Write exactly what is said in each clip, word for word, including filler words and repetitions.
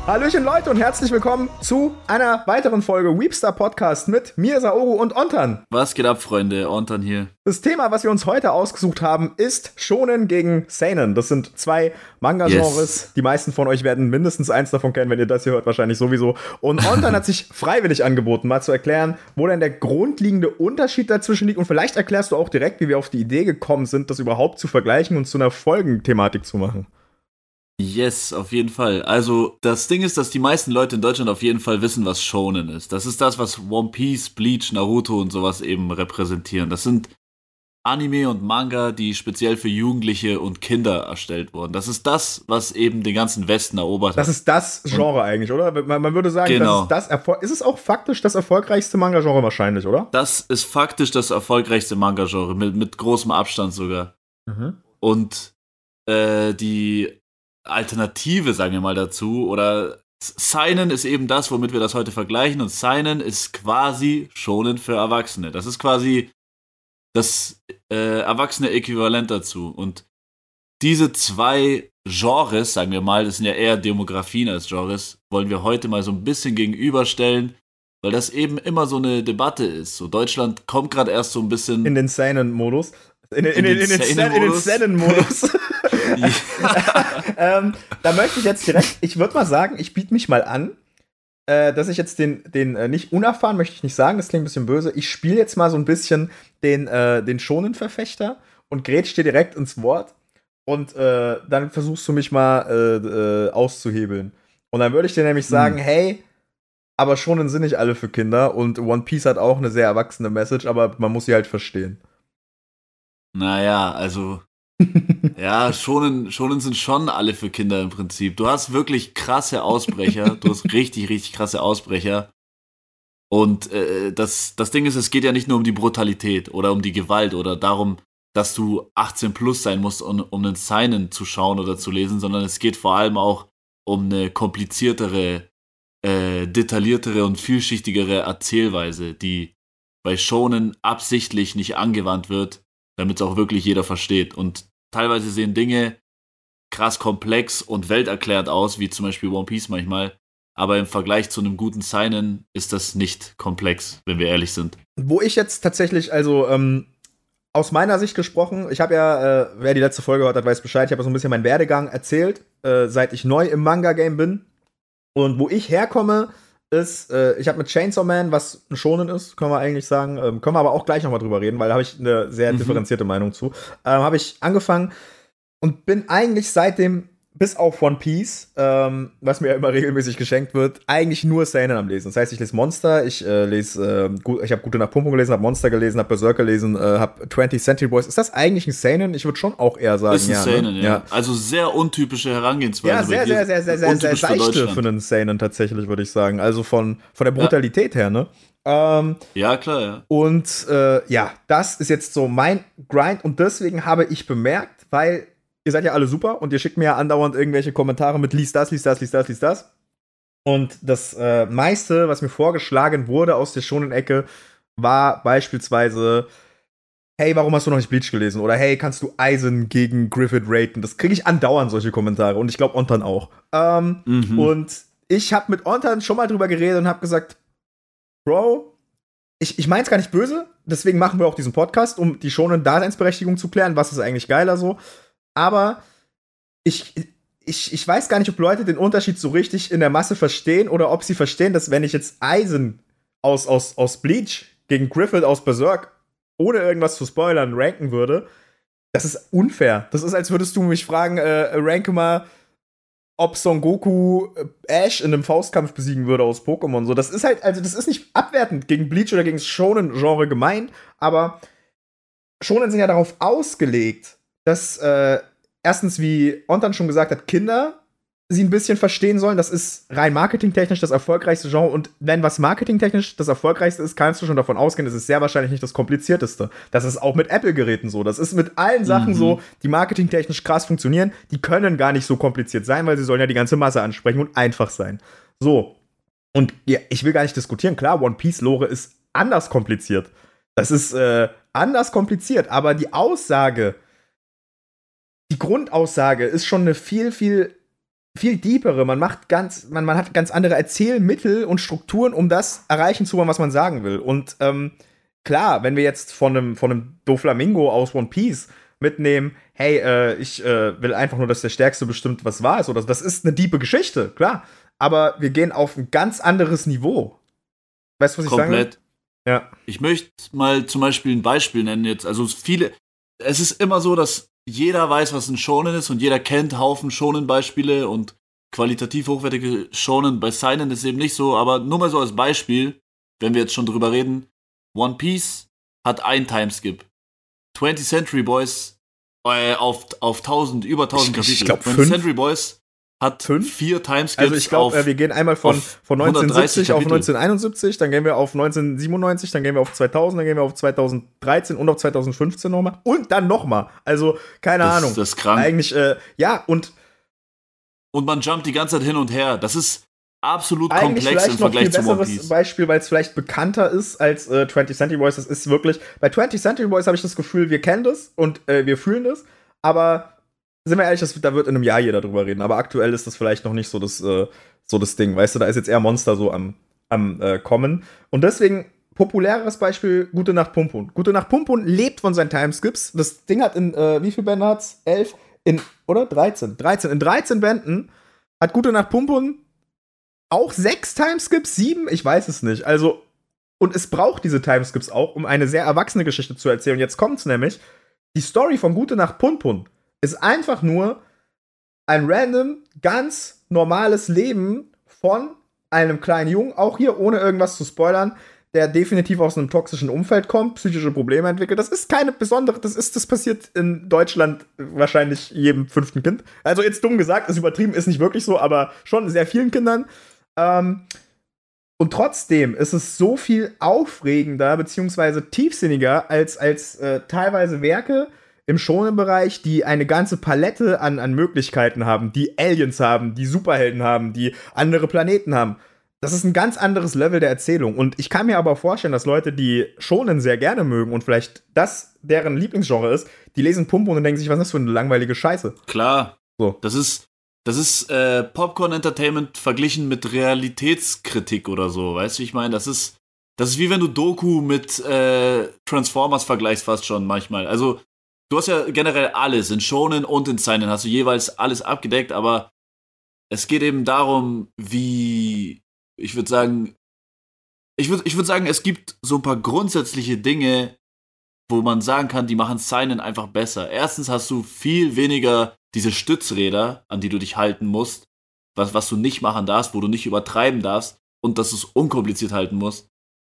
Hallöchen Leute und herzlich willkommen zu einer weiteren Folge Weepstar Podcast mit mir, Saoru und Ontan. Was geht ab, Freunde? Ontan hier. Das Thema, was wir uns heute ausgesucht haben, ist Shonen gegen Seinen. Das sind zwei Manga-Genres. Yes. Die meisten von euch werden mindestens eins davon kennen, wenn ihr das hier hört, wahrscheinlich sowieso. Und Ontan hat sich freiwillig angeboten, mal zu erklären, wo denn der grundlegende Unterschied dazwischen liegt. Und vielleicht erklärst du auch direkt, wie wir auf die Idee gekommen sind, das überhaupt zu vergleichen und zu einer Folgenthematik zu machen. Yes, auf jeden Fall. Also, das Ding ist, dass die meisten Leute in Deutschland auf jeden Fall wissen, was Shonen ist. Das ist das, was One Piece, Bleach, Naruto und sowas eben repräsentieren. Das sind Anime und Manga, die speziell für Jugendliche und Kinder erstellt wurden. Das ist das, was eben den ganzen Westen erobert hat. Das ist das Genre und eigentlich, oder? Man, man würde sagen, genau. das ist das Erfol- Ist es auch faktisch das erfolgreichste Manga-Genre wahrscheinlich, oder? Das ist faktisch das erfolgreichste Manga-Genre, mit, mit großem Abstand sogar. Mhm. Und äh, die Alternative, sagen wir mal dazu, oder Seinen ist eben das, womit wir das heute vergleichen, und Seinen ist quasi Shonen für Erwachsene. Das ist quasi das äh, erwachsene Äquivalent dazu. Und diese zwei Genres, sagen wir mal, das sind ja eher Demografien als Genres, wollen wir heute mal so ein bisschen gegenüberstellen, weil das eben immer so eine Debatte ist. So, Deutschland kommt gerade erst so ein bisschen in den Seinen-Modus. In, in, in, in, in, in den Seinen-Modus. ähm, da möchte ich jetzt direkt, ich würde mal sagen, ich biete mich mal an, äh, dass ich jetzt den, den äh, nicht unerfahren, möchte ich nicht sagen, das klingt ein bisschen böse, ich spiele jetzt mal so ein bisschen den, äh, den Shonen-Verfechter und grätsch dir direkt ins Wort und äh, dann versuchst du mich mal äh, äh, auszuhebeln. Und dann würde ich dir nämlich sagen, hm. hey, aber Shonen sind nicht alle für Kinder und One Piece hat auch eine sehr erwachsene Message, aber man muss sie halt verstehen. Naja, also ja, Shonen, Shonen sind schon alle für Kinder im Prinzip. Du hast wirklich krasse Ausbrecher. Du hast richtig, richtig krasse Ausbrecher. Und äh, das, das Ding ist, es geht ja nicht nur um die Brutalität oder um die Gewalt oder darum, dass du achtzehn plus sein musst, um, um einen Seinen zu schauen oder zu lesen, sondern es geht vor allem auch um eine kompliziertere, äh, detailliertere und vielschichtigere Erzählweise, die bei Shonen absichtlich nicht angewandt wird, damit es auch wirklich jeder versteht. Und teilweise sehen Dinge krass komplex und welterklärend aus, wie zum Beispiel One Piece manchmal. Aber im Vergleich zu einem guten Seinen ist das nicht komplex, wenn wir ehrlich sind. Wo ich jetzt tatsächlich, also ähm, aus meiner Sicht gesprochen, ich habe ja, äh, wer die letzte Folge gehört hat, weiß Bescheid, ich habe ja so ein bisschen meinen Werdegang erzählt, äh, seit ich neu im Manga-Game bin. Und wo ich herkomme, ist, äh, ich habe mit Chainsaw Man, was ein Shonen ist, können wir eigentlich sagen, ähm, können wir aber auch gleich nochmal drüber reden, weil da habe ich eine sehr mhm. differenzierte Meinung zu. Ähm, habe ich angefangen und bin eigentlich seitdem, bis auf One Piece, ähm, was mir ja immer regelmäßig geschenkt wird, eigentlich nur Seinen am Lesen. Das heißt, ich lese Monster, ich äh, lese, äh, gut, ich habe Gute Nacht Pumpung gelesen, habe Monster gelesen, habe Berserk gelesen, äh, habe twentieth Century Boys. Ist das eigentlich ein Seinen? Ich würde schon auch eher sagen, ist ein ja. Seinen, ne? ja. ja. Also sehr untypische Herangehensweise. Ja, sehr, sehr, sehr, sehr, sehr, sehr seichte für einen Seinen tatsächlich, würde ich sagen. Also von, von der Brutalität ja. her, ne? Ähm, ja, klar, ja. Und äh, ja, das ist jetzt so mein Grind und deswegen habe ich bemerkt, weil ihr seid ja alle super und ihr schickt mir ja andauernd irgendwelche Kommentare mit lies das, lies das, lies das, lies das. Und das äh, meiste, was mir vorgeschlagen wurde aus der Shonen-Ecke, war beispielsweise, hey, warum hast du noch nicht Bleach gelesen? Oder hey, kannst du Eisen gegen Griffith raten? Das kriege ich andauernd, solche Kommentare. Und ich glaube, Ontan auch. Ähm, mhm. Und ich habe mit Ontan schon mal drüber geredet und habe gesagt, Bro, ich, ich meine es gar nicht böse, deswegen machen wir auch diesen Podcast, um die Shonen-Daseinsberechtigung zu klären, was ist eigentlich geiler so. Aber ich, ich, ich weiß gar nicht, ob Leute den Unterschied so richtig in der Masse verstehen oder ob sie verstehen, dass wenn ich jetzt Eisen aus, aus, aus Bleach gegen Griffith aus Berserk, ohne irgendwas zu spoilern, ranken würde, das ist unfair. Das ist, als würdest du mich fragen, äh, ranke mal, ob Son Goku Ash in einem Faustkampf besiegen würde aus Pokémon. So, das ist halt, also das ist nicht abwertend gegen Bleach oder gegen das Shonen-Genre gemeint, aber Shonen sind ja darauf ausgelegt, dass äh, erstens, wie Ontan schon gesagt hat, Kinder sie ein bisschen verstehen sollen. Das ist rein marketingtechnisch das erfolgreichste Genre. Und wenn was marketingtechnisch das erfolgreichste ist, kannst du schon davon ausgehen, das ist sehr wahrscheinlich nicht das komplizierteste. Das ist auch mit Apple-Geräten so. Das ist mit allen Sachen mhm. so, die marketingtechnisch krass funktionieren. Die können gar nicht so kompliziert sein, weil sie sollen ja die ganze Masse ansprechen und einfach sein. So. Und ja, ich will gar nicht diskutieren. Klar, One Piece-Lore ist anders kompliziert. Das ist äh, anders kompliziert. Aber die Aussage, die Grundaussage ist schon eine viel, viel viel deepere, man macht ganz, man, man hat ganz andere Erzählmittel und Strukturen, um das erreichen zu wollen, was man sagen will. Und ähm, klar, wenn wir jetzt von einem, von einem Doflamingo aus One Piece mitnehmen, hey, äh, ich äh, will einfach nur, dass der Stärkste bestimmt, was wahr ist, oder so. Das ist eine diepe Geschichte, klar. Aber wir gehen auf ein ganz anderes Niveau. Weißt du, was ich sagen will? Komplett. Ja. Ich möchte mal zum Beispiel ein Beispiel nennen jetzt. Also viele, es ist immer so, dass jeder weiß, was ein Shonen ist und jeder kennt Haufen Shonen-Beispiele und qualitativ hochwertige Shonen. Bei Seinen ist es eben nicht so, aber nur mal so als Beispiel, wenn wir jetzt schon drüber reden, One Piece hat ein Timeskip. twentieth Century Boys äh, auf, auf tausend, über tausend Kapitel. Ich glaube, twentieth Century Boys hat fünf? vier Timeskips. Also ich glaube, wir gehen einmal von, von neunzehnhundertsiebzig auf neunzehnhunderteinundsiebzig, dann gehen wir auf neunzehnhundertsiebenundneunzig, dann gehen wir auf zweitausend, dann gehen wir auf zweitausenddreizehn und auf zweitausendfünfzehn nochmal und dann nochmal. Also, keine das, Ahnung. Das ist krank. Eigentlich, äh, ja, und Und man jumpt die ganze Zeit hin und her. Das ist absolut komplex im Vergleich zu One Piece. Eigentlich vielleicht noch viel besseres Beispiel, weil es vielleicht bekannter ist als äh, twentieth Century Boys. Das ist wirklich, bei twentieth Century Boys habe ich das Gefühl, wir kennen das und äh, wir fühlen das, aber sind wir ehrlich, das, da wird in einem Jahr jeder drüber reden. Aber aktuell ist das vielleicht noch nicht so das, äh, so das Ding. Weißt du, da ist jetzt eher Monster so am, am äh, Kommen. Und deswegen, populäres Beispiel, Gute Nacht Pumpun. Gute Nacht Pumpun lebt von seinen Timeskips. Das Ding hat in, äh, wie viele Bände hat's? Elf? In, oder? dreizehn. dreizehn. In dreizehn Bänden hat Gute Nacht Pumpun auch sechs Timeskips, sieben? Ich weiß es nicht. Also, und es braucht diese Timeskips auch, um eine sehr erwachsene Geschichte zu erzählen. Und jetzt kommt's nämlich. Die Story von Gute Nacht Pumpun ist einfach nur ein random, ganz normales Leben von einem kleinen Jungen, auch hier ohne irgendwas zu spoilern, der definitiv aus einem toxischen Umfeld kommt, psychische Probleme entwickelt. Das ist keine besondere, das ist, das passiert in Deutschland wahrscheinlich jedem fünften Kind. Also jetzt dumm gesagt, ist übertrieben, ist nicht wirklich so, aber schon sehr vielen Kindern. Ähm, und trotzdem ist es so viel aufregender, beziehungsweise tiefsinniger als, als äh, teilweise Werke im Shonen-Bereich, die eine ganze Palette an, an Möglichkeiten haben, die Aliens haben, die Superhelden haben, die andere Planeten haben. Das ist ein ganz anderes Level der Erzählung. Und ich kann mir aber vorstellen, dass Leute, die Shonen sehr gerne mögen und vielleicht das deren Lieblingsgenre ist, die lesen Pumpun und denken sich, was ist das für eine langweilige Scheiße? Klar. So. Das ist, das ist äh, Popcorn-Entertainment verglichen mit Realitätskritik oder so. Weißt du, wie ich meine? Das ist, das ist wie wenn du Doku mit äh, Transformers vergleichst fast schon manchmal. Also du hast ja generell alles, in Shonen und in Seinen hast du jeweils alles abgedeckt, aber es geht eben darum, wie, ich würde sagen, ich würde ich würd sagen, es gibt so ein paar grundsätzliche Dinge, wo man sagen kann, die machen Seinen einfach besser. Erstens hast du viel weniger diese Stützräder, an die du dich halten musst, was, was du nicht machen darfst, wo du nicht übertreiben darfst und dass du es unkompliziert halten musst.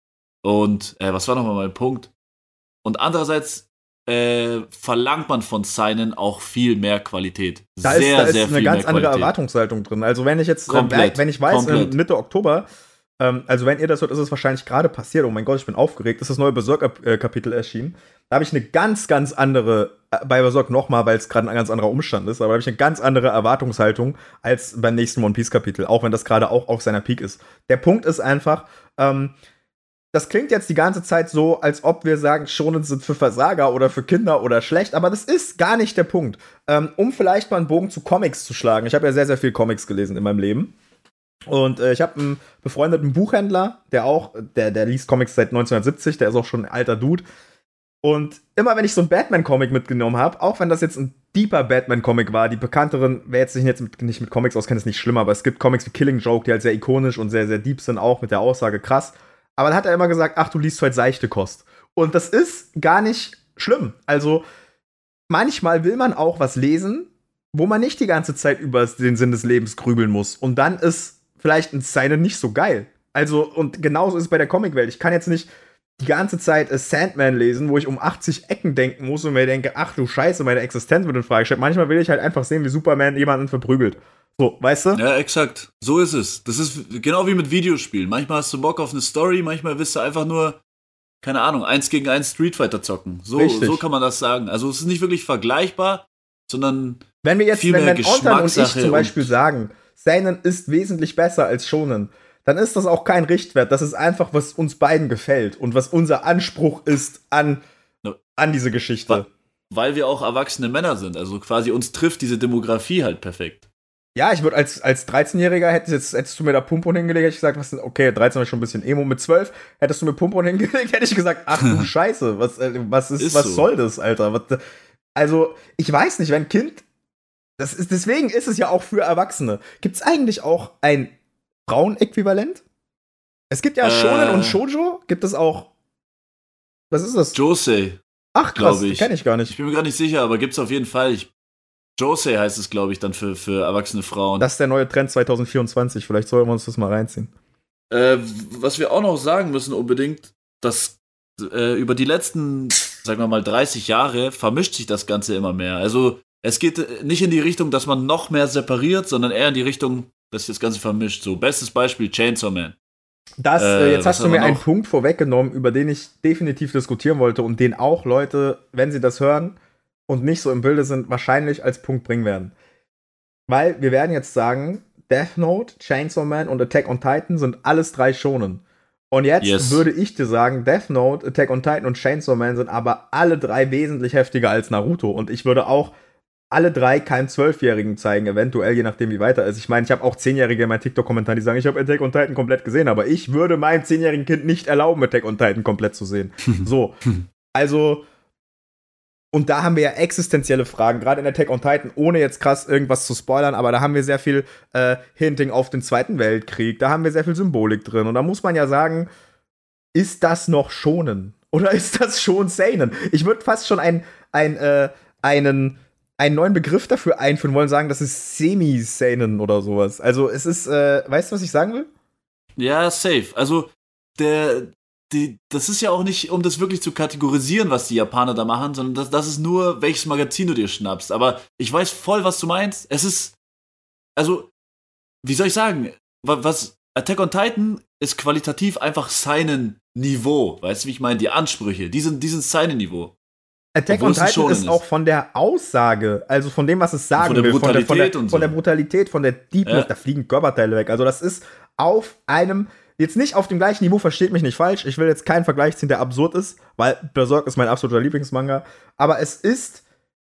Und, äh, was war nochmal mein Punkt? Und andererseits Äh, verlangt man von Seinen auch viel mehr Qualität. Da sehr, ist, da sehr ist eine ganz andere Erwartungshaltung drin. Also wenn ich jetzt, komplett, äh, wenn ich weiß, komplett. Mitte Oktober, ähm, also wenn ihr das hört, ist es wahrscheinlich gerade passiert. Oh mein Gott, ich bin aufgeregt. Ist das neue Berserk-Kapitel erschienen. Da habe ich eine ganz, ganz andere, äh, bei Berserk nochmal, weil es gerade ein ganz anderer Umstand ist, aber da habe ich eine ganz andere Erwartungshaltung als beim nächsten One Piece-Kapitel, auch wenn das gerade auch auf seiner Peak ist. Der Punkt ist einfach, ähm, das klingt jetzt die ganze Zeit so, als ob wir sagen, Shonen sind für Versager oder für Kinder oder schlecht, aber das ist gar nicht der Punkt. Ähm, um vielleicht mal einen Bogen zu Comics zu schlagen. Ich habe ja sehr, sehr viel Comics gelesen in meinem Leben. Und äh, ich habe einen befreundeten Buchhändler, der auch, der, der liest Comics seit neunzehnhundertsiebzig, der ist auch schon ein alter Dude. Und immer wenn ich so einen Batman-Comic mitgenommen habe, auch wenn das jetzt ein deeper Batman-Comic war, die bekannteren, wer jetzt sich jetzt mit, nicht mit Comics auskennt, ist nicht schlimm, aber es gibt Comics wie Killing Joke, die halt sehr ikonisch und sehr, sehr deep sind, auch mit der Aussage krass. Aber dann hat er immer gesagt, ach, du liest heute seichte Kost. Und das ist gar nicht schlimm. Also, manchmal will man auch was lesen, wo man nicht die ganze Zeit über den Sinn des Lebens grübeln muss. Und dann ist vielleicht ein Seinen nicht so geil. Also, und genauso ist es bei der Comicwelt. Ich kann jetzt nicht die ganze Zeit A Sandman lesen, wo ich um achtzig Ecken denken muss und mir denke, ach du Scheiße, meine Existenz wird in Frage gestellt. Manchmal will ich halt einfach sehen, wie Superman jemanden verprügelt. So, weißt du? Ja, exakt. So ist es. Das ist genau wie mit Videospielen. Manchmal hast du Bock auf eine Story, manchmal willst du einfach nur, keine Ahnung, eins gegen eins Street Fighter zocken. So, so kann man das sagen. Also es ist nicht wirklich vergleichbar, sondern wenn wir jetzt, viel wenn mehr Geschmackssache und ich zum Beispiel und sagen, Seinen ist wesentlich besser als Shonen, dann ist das auch kein Richtwert. Das ist einfach, was uns beiden gefällt und was unser Anspruch ist an, an diese Geschichte. Weil wir auch erwachsene Männer sind. Also quasi uns trifft diese Demografie halt perfekt. Ja, ich würde als, als dreizehnjähriger, hättest, hättest du mir da Pumpon hingelegt, hätte ich gesagt, was, okay, dreizehn war schon ein bisschen Emo. Mit zwölf hättest du mir Pumpon hingelegt, hätte ich gesagt, ach du Scheiße, was, äh, was, ist, ist was so. soll das, Alter? Was, also, ich weiß nicht, wenn ein Kind, das ist, deswegen ist es ja auch für Erwachsene. Gibt es eigentlich auch ein Frauenäquivalent? Es gibt ja äh, Shonen und Shoujo, gibt es auch, was ist das? Josei. Ach krass, ich. kenne ich gar nicht. Ich bin mir gar nicht sicher, aber gibt's auf jeden Fall. Ich Josei heißt es, glaube ich, dann für, für erwachsene Frauen. Das ist der neue Trend zwanzig vierundzwanzig. Vielleicht sollten wir uns das mal reinziehen. Äh, was wir auch noch sagen müssen unbedingt, dass äh, über die letzten, sagen wir mal, dreißig Jahre vermischt sich das Ganze immer mehr. Also es geht nicht in die Richtung, dass man noch mehr separiert, sondern eher in die Richtung, dass sich das Ganze vermischt. So, bestes Beispiel, Chainsaw Man. Das, äh, jetzt hast du mir einen Punkt vorweggenommen, über den ich definitiv diskutieren wollte und den auch Leute, wenn sie das hören und nicht so im Bilde sind, wahrscheinlich als Punkt bringen werden. Weil wir werden jetzt sagen, Death Note, Chainsaw Man und Attack on Titan sind alles drei Shonen. Und jetzt yes. würde ich dir sagen, Death Note, Attack on Titan und Chainsaw Man sind aber alle drei wesentlich heftiger als Naruto. Und ich würde auch alle drei keinem Zwölfjährigen zeigen, eventuell, je nachdem, wie weiter ist. Ich meine, ich habe auch Zehnjährige in meinen TikTok-Kommentaren, die sagen, ich habe Attack on Titan komplett gesehen, aber ich würde meinem zehnjährigen Kind nicht erlauben, Attack on Titan komplett zu sehen. So, also, und da haben wir ja existenzielle Fragen, gerade in Attack on Titan, ohne jetzt krass irgendwas zu spoilern, aber da haben wir sehr viel äh, Hinting auf den Zweiten Weltkrieg, da haben wir sehr viel Symbolik drin. Und da muss man ja sagen, ist das noch Shonen? Oder ist das schon Seinen? Ich würde fast schon ein, ein, äh, einen einen neuen Begriff dafür einführen wollen, sagen, das ist Semi-Seinen oder sowas. Also es ist, äh, weißt du, was ich sagen will? Ja, safe. Also der, die, das ist ja auch nicht, um das wirklich zu kategorisieren, was die Japaner da machen, sondern das, das ist nur, welches Magazin du dir schnappst. Aber ich weiß voll, was du meinst. Es ist, also, wie soll ich sagen, was Attack on Titan ist qualitativ einfach seinen Niveau. Weißt du, wie ich meine? Die Ansprüche, die sind, die sind seinen Niveau. Attack on Titan ist auch von der Aussage, also von dem, was es sagen von will, von der, von der, und so. von der Brutalität, von der Deepness, ja. Da fliegen Körperteile weg. Also das ist auf einem, jetzt nicht auf dem gleichen Niveau, versteht mich nicht falsch, ich will jetzt keinen Vergleich ziehen, der absurd ist, weil Berserk ist mein absoluter Lieblingsmanga, aber es ist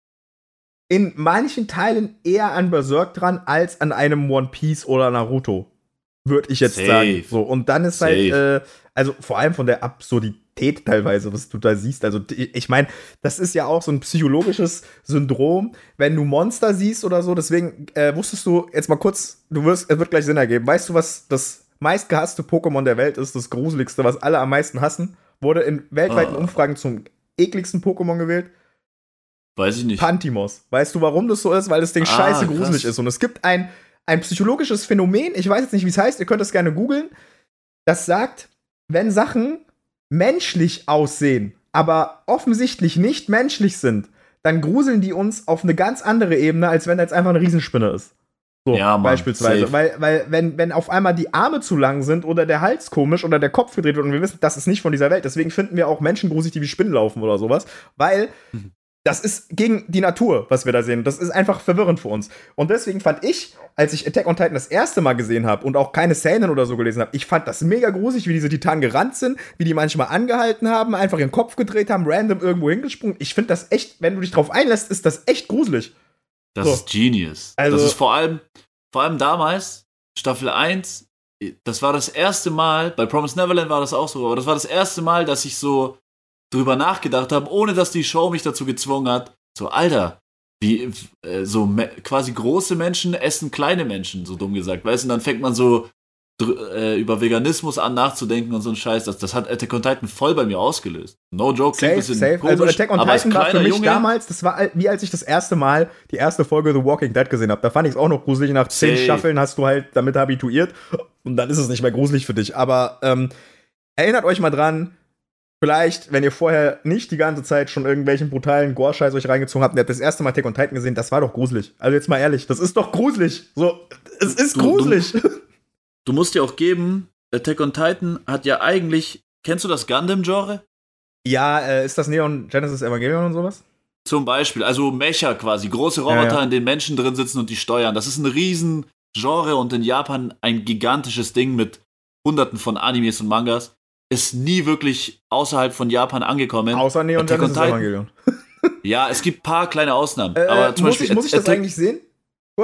in manchen Teilen eher an Berserk dran, als an einem One Piece oder Naruto, würde ich jetzt Safe. sagen. So, und dann ist Safe. halt, äh, also vor allem von der Absurdität teilweise, was du da siehst. Also ich meine, das ist ja auch so ein psychologisches Syndrom, wenn du Monster siehst oder so. Deswegen äh, wusstest du, jetzt mal kurz, du wirst, es wird gleich Sinn ergeben. Weißt du, was das meistgehasste Pokémon der Welt ist, das gruseligste, was alle am meisten hassen? Wurde in weltweiten oh. Umfragen zum ekligsten Pokémon gewählt? Weiß ich nicht. Pantimos. Weißt du, warum das so ist? Weil das Ding ah, scheiße krass. gruselig ist. Und es gibt ein, ein psychologisches Phänomen, ich weiß jetzt nicht, wie es heißt, ihr könnt es gerne googeln, das sagt, wenn Sachen menschlich aussehen, aber offensichtlich nicht menschlich sind, dann gruseln die uns auf eine ganz andere Ebene, als wenn da jetzt einfach eine Riesenspinne ist. So, ja, Mann, beispielsweise. safe. Weil, weil wenn, wenn auf einmal die Arme zu lang sind oder der Hals komisch oder der Kopf gedreht wird und wir wissen, das ist nicht von dieser Welt, deswegen finden wir auch Menschen gruselig, die wie Spinnen laufen oder sowas, weil mhm. das ist gegen die Natur, was wir da sehen. Das ist einfach verwirrend für uns. Und deswegen fand ich, als ich Attack on Titan das erste Mal gesehen habe und auch keine Szenen oder so gelesen habe, ich fand das mega gruselig, wie diese Titanen gerannt sind, wie die manchmal angehalten haben, einfach ihren Kopf gedreht haben, random irgendwo hingesprungen. Ich finde das echt, wenn du dich drauf einlässt, ist das echt gruselig. Das so. ist Genius. Also, das ist vor allem, vor allem damals, Staffel eins, das war das erste Mal, bei Promised Neverland war das auch so, aber das war das erste Mal, dass ich so drüber nachgedacht habe, ohne dass die Show mich dazu gezwungen hat, so, Alter, wie, äh, so me- quasi große Menschen essen kleine Menschen, so dumm gesagt, weißt du, und dann fängt man so dr- äh, über Veganismus an nachzudenken und so ein Scheiß, das, das hat Attack on Titan voll bei mir ausgelöst. No joke, safe, klingt ein bisschen safe. komisch, also Attack on Titan war für mich Junge, damals, das war wie als ich das erste Mal die erste Folge The Walking Dead gesehen habe, da fand ich es auch noch gruselig, nach zehn safe. Staffeln hast du halt damit habituiert und dann ist es nicht mehr gruselig für dich, aber ähm, erinnert euch mal dran, vielleicht, wenn ihr vorher nicht die ganze Zeit schon irgendwelchen brutalen Gore-Scheiß euch reingezogen habt und ihr habt das erste Mal Attack on Titan gesehen, das war doch gruselig. Also jetzt mal ehrlich, das ist doch gruselig. So, es ist du, gruselig. Du, du musst dir auch geben, Attack on Titan hat ja eigentlich, kennst du das Gundam-Genre? Ja, äh, ist das Neon Genesis Evangelion und sowas? Zum Beispiel, also Mecha quasi, große Roboter, ja, ja. in denen Menschen drin sitzen und die steuern. Das ist ein riesen Genre und in Japan ein gigantisches Ding mit hunderten von Animes und Mangas. Ist nie wirklich außerhalb von Japan angekommen. Außer Neon Genesis Evangelion. Ja, es gibt ein paar kleine Ausnahmen. Äh, aber zum muss Beispiel ich, muss ich das eigentlich sehen? Kurz?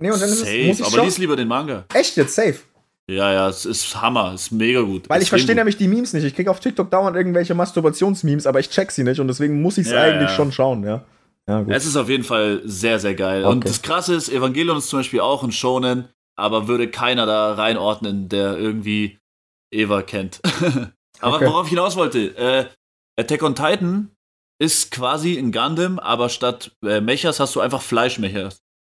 Nee, und dann ist es, Safe, muss ich aber schon, lies lieber den Manga. echt jetzt, safe. Ja, ja, es ist Hammer, es ist mega gut. Weil ich Extrem verstehe gut. nämlich die Memes nicht. Ich kriege auf TikTok dauernd irgendwelche Masturbationsmemes, aber ich check sie nicht und deswegen muss ich es Ja, eigentlich ja. schon schauen, ja. Ja, gut. Es ist auf jeden Fall sehr, sehr geil. Okay. Und das Krasse ist, Evangelion ist zum Beispiel auch ein Shonen, aber würde keiner da reinordnen, der irgendwie Eva kennt. Aber Okay. worauf ich hinaus wollte, äh, Attack on Titan ist quasi ein Gundam, aber statt äh, Mechas hast du einfach Fleischmechas.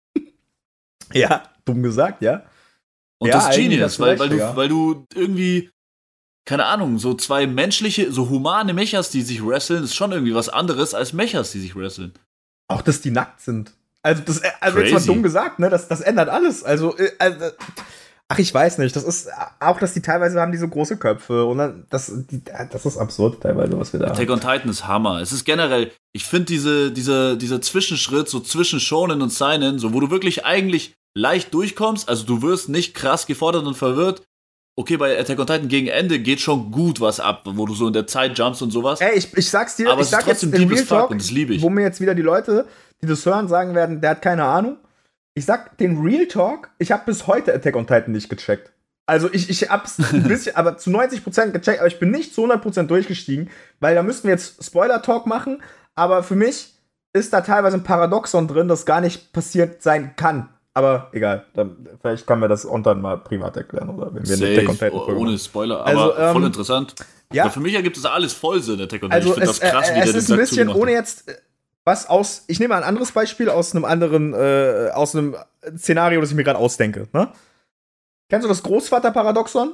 Ja, dumm gesagt, ja. Und Ja, das ist eigentlich Genius, hast du weil, recht, weil, du, ja. weil du irgendwie, keine Ahnung, so zwei menschliche, so humane Mechas, die sich wresteln, ist schon irgendwie was anderes als Mechas, die sich wresteln. Auch, dass die nackt sind. Also, das, also jetzt mal Crazy. dumm gesagt, ne? Das, das ändert alles. Also, äh, also, ach, ich weiß nicht. Das ist auch, dass die teilweise haben die so große Köpfe und dann, das, die, das ist absurd teilweise, was wir da Attack haben. on Titan ist Hammer. Es ist generell, ich finde diese, diese, dieser Zwischenschritt, so zwischen Shonen und Seinen, so wo du wirklich eigentlich leicht durchkommst, also du wirst nicht krass gefordert und verwirrt. Okay, bei Attack on Titan gegen Ende geht schon gut was ab, wo du so in der Zeit jumpst und sowas. Ey, ich, ich sag's dir, Aber ich es sag ist jetzt trotzdem in deep as Real fuck Talk, und das liebe ich. wo mir jetzt wieder die Leute, die das hören, sagen werden, der hat keine Ahnung. Ich sag den Real Talk, ich habe bis heute Attack on Titan nicht gecheckt. Also ich, ich hab's ein bisschen, aber zu neunzig Prozent gecheckt, aber ich bin nicht zu hundert Prozent durchgestiegen, weil da müssten wir jetzt Spoiler-Talk machen, aber für mich ist da teilweise ein Paradoxon drin, das gar nicht passiert sein kann. Aber egal, dann, vielleicht kann mir das Ontan mal privat erklären, oder wenn wir eine Attack on Safe, Titan Folge ohne machen. Spoiler, aber Also, ähm, voll interessant. ja. Aber für mich ergibt es alles voll Sinn, Attack on Titan. Also ich finde es, das krass, äh, wie der es den ist ein Sack bisschen, zugemacht ohne hat. jetzt äh, was aus, ich nehme mal ein anderes Beispiel aus einem anderen, äh, aus einem Szenario, das ich mir gerade ausdenke. Ne? Kennst du das Großvater-Paradoxon?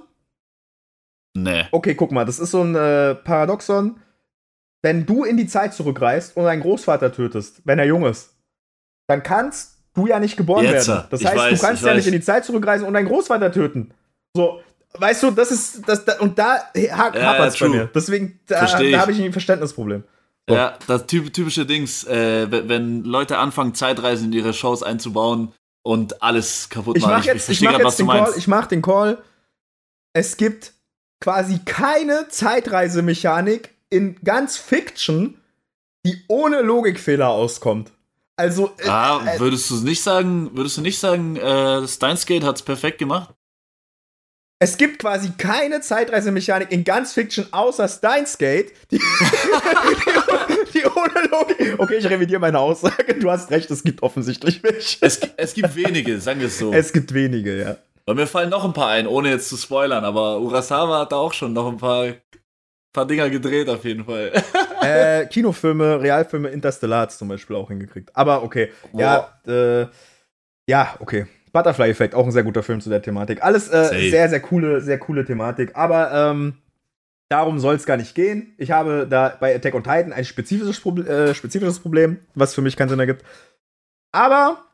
Nee. Okay, guck mal, das ist so ein äh, Paradoxon, wenn du in die Zeit zurückreist und deinen Großvater tötest, wenn er jung ist, dann kannst du ja nicht geboren Jetzt, werden. Das ich heißt, weiß, du kannst ich ja weiß. nicht in die Zeit zurückreisen und deinen Großvater töten. So, weißt du, das ist, das, da, und da ha Ja, hapert's ja, bei true. mir. Deswegen, da, Versteh ich. da habe ich ein Verständnisproblem. So. Ja, das typ- typische Dings, äh, wenn- wenn Leute anfangen, Zeitreisen in ihre Shows einzubauen und alles kaputt Ich machen. mach jetzt, ich versteh mach grad, jetzt den du Call, meinst. ich mach den Call. Es gibt quasi keine Zeitreisemechanik in ganz Fiction, die ohne Logikfehler auskommt. Also, äh, Ah, äh, würdest du nicht sagen, würdest du nicht sagen, äh, Steins Gate hat's perfekt gemacht? es gibt quasi keine Zeitreisemechanik in ganz Fiction außer Steins Gate, die, die, die ohne Logik. Okay, ich revidiere meine Aussage. Du hast recht, es gibt offensichtlich welche. Es, es gibt wenige, sagen wir es so. Es gibt wenige, ja. Und mir fallen noch ein paar ein, ohne jetzt zu spoilern, aber Urasawa hat da auch schon noch ein paar, paar Dinger gedreht, auf jeden Fall. äh, Kinofilme, Realfilme, Interstellar hat's zum Beispiel auch hingekriegt. Aber okay, ja, äh, ja, okay. Butterfly-Effekt, auch ein sehr guter Film zu der Thematik. Alles äh, Safe. sehr, sehr coole, sehr coole Thematik. Aber ähm, darum soll es gar nicht gehen. Ich habe da bei Attack on Titan ein spezifisches, Proble äh, spezifisches Problem, was für mich keinen Sinn ergibt. Aber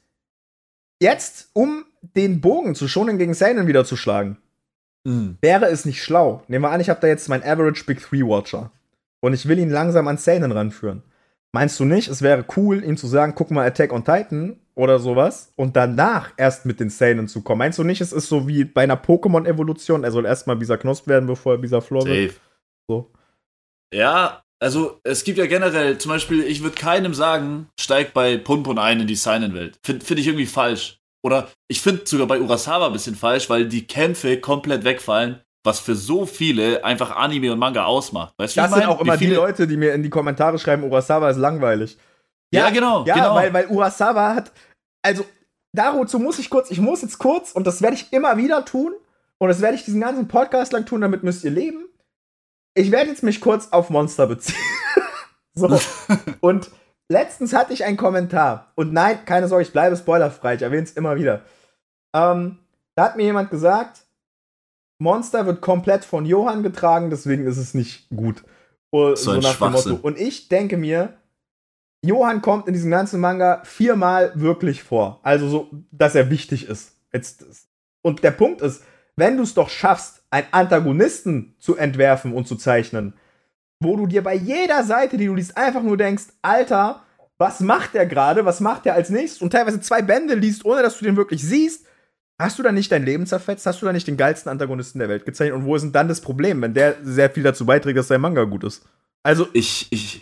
jetzt, um den Bogen zu Shonen gegen Seinen wieder zu schlagen, Mhm. wäre es nicht schlau. Nehmen wir an, ich habe da jetzt meinen Average Big Three Watcher und ich will ihn langsam an Seinen ranführen. Meinst du nicht, es wäre cool, ihm zu sagen, guck mal Attack on Titan oder sowas und danach erst mit den Seinen zu kommen? Meinst du nicht, es ist so wie bei einer Pokémon-Evolution, er soll erstmal Bisa Knosp werden, bevor er Bisa Flor wird? Safe. So. Ja, also es gibt ja generell, zum Beispiel, ich würde keinem sagen, steig bei Punpun ein in die Seinen-Welt. Finde find ich irgendwie falsch. Oder ich finde sogar bei Urasawa ein bisschen falsch, weil die Kämpfe komplett wegfallen, was für so viele einfach Anime und Manga ausmacht. Weißt du, wie Das ich sind mein? auch immer Wie viele- die Leute, die mir in die Kommentare schreiben, Urasawa ist langweilig. Ja, genau, Ja, genau. weil, weil Urasawa hat, also dazu muss ich kurz, ich muss jetzt kurz, und das werde ich immer wieder tun, und das werde ich diesen ganzen Podcast lang tun, damit müsst ihr leben. Ich werde jetzt mich kurz auf Monster beziehen. So. Und letztens hatte ich einen Kommentar, und nein, keine Sorge, ich bleibe spoilerfrei, ich erwähne es immer wieder. Ähm, da hat mir jemand gesagt, Monster wird komplett von Johann getragen, deswegen ist es nicht gut. So, So ein nach dem Schwachsinn. Motto. Und ich denke mir, Johann kommt in diesem ganzen Manga viermal wirklich vor. Also so, dass er wichtig ist. Jetzt, und der Punkt ist, wenn du es doch schaffst, einen Antagonisten zu entwerfen und zu zeichnen, wo du dir bei jeder Seite, die du liest, einfach nur denkst, Alter, was macht der gerade, was macht der als nächstes? Und teilweise zwei Bände liest, ohne dass du den wirklich siehst, hast du da nicht dein Leben zerfetzt? Hast du da nicht den geilsten Antagonisten der Welt gezeichnet? Und wo ist denn dann das Problem, wenn der sehr viel dazu beiträgt, dass dein Manga gut ist? Also, Ich, ich,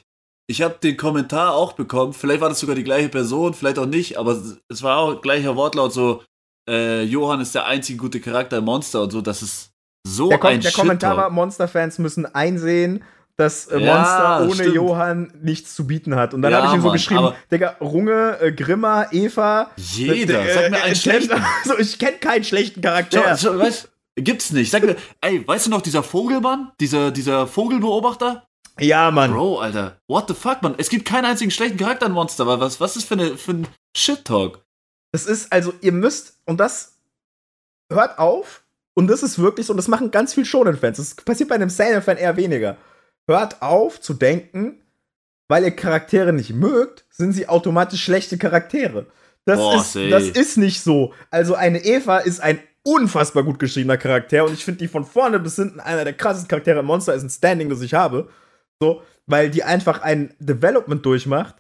ich habe den Kommentar auch bekommen, vielleicht war das sogar die gleiche Person, vielleicht auch nicht, aber es war auch gleicher Wortlaut so, äh, Johann ist der einzige gute Charakter im Monster und so, das ist so der Kom- ein Der Kommentar war, Shit-Talk. Monster-Fans müssen einsehen, dass äh, Ja, Monster ohne stimmt. Johann nichts zu bieten hat. Und dann Ja, habe ich ihm so Mann, geschrieben, aber- Digga, Runge, äh, Grimma, Eva. Jeder, äh, sag mir äh, einen äh, schlechten. Also, ich kenne keinen schlechten Charakter. Schau, schau, weißt, gibt's nicht. Sag mir, ey, weißt du noch, dieser Vogelmann, dieser, dieser Vogelbeobachter? Ja, Mann. Bro, Alter, what the fuck, Mann? Es gibt keinen einzigen schlechten Charakter in Monster, weil was, was ist für, eine, für ein Shit-Talk? Das ist, also, ihr müsst, und das hört auf, und das ist wirklich so, und das machen ganz viele Shonen-Fans. Das passiert bei einem Seinen-Fan eher weniger. Hört auf zu denken, weil ihr Charaktere nicht mögt, sind sie automatisch schlechte Charaktere. Das, Boah, ist, say. das ist nicht so. Also eine Eva ist ein unfassbar gut geschriebener Charakter und ich finde die von vorne bis hinten einer der krassesten Charaktere im Monster ist ein Standing, das ich habe. So, weil die einfach ein Development durchmacht,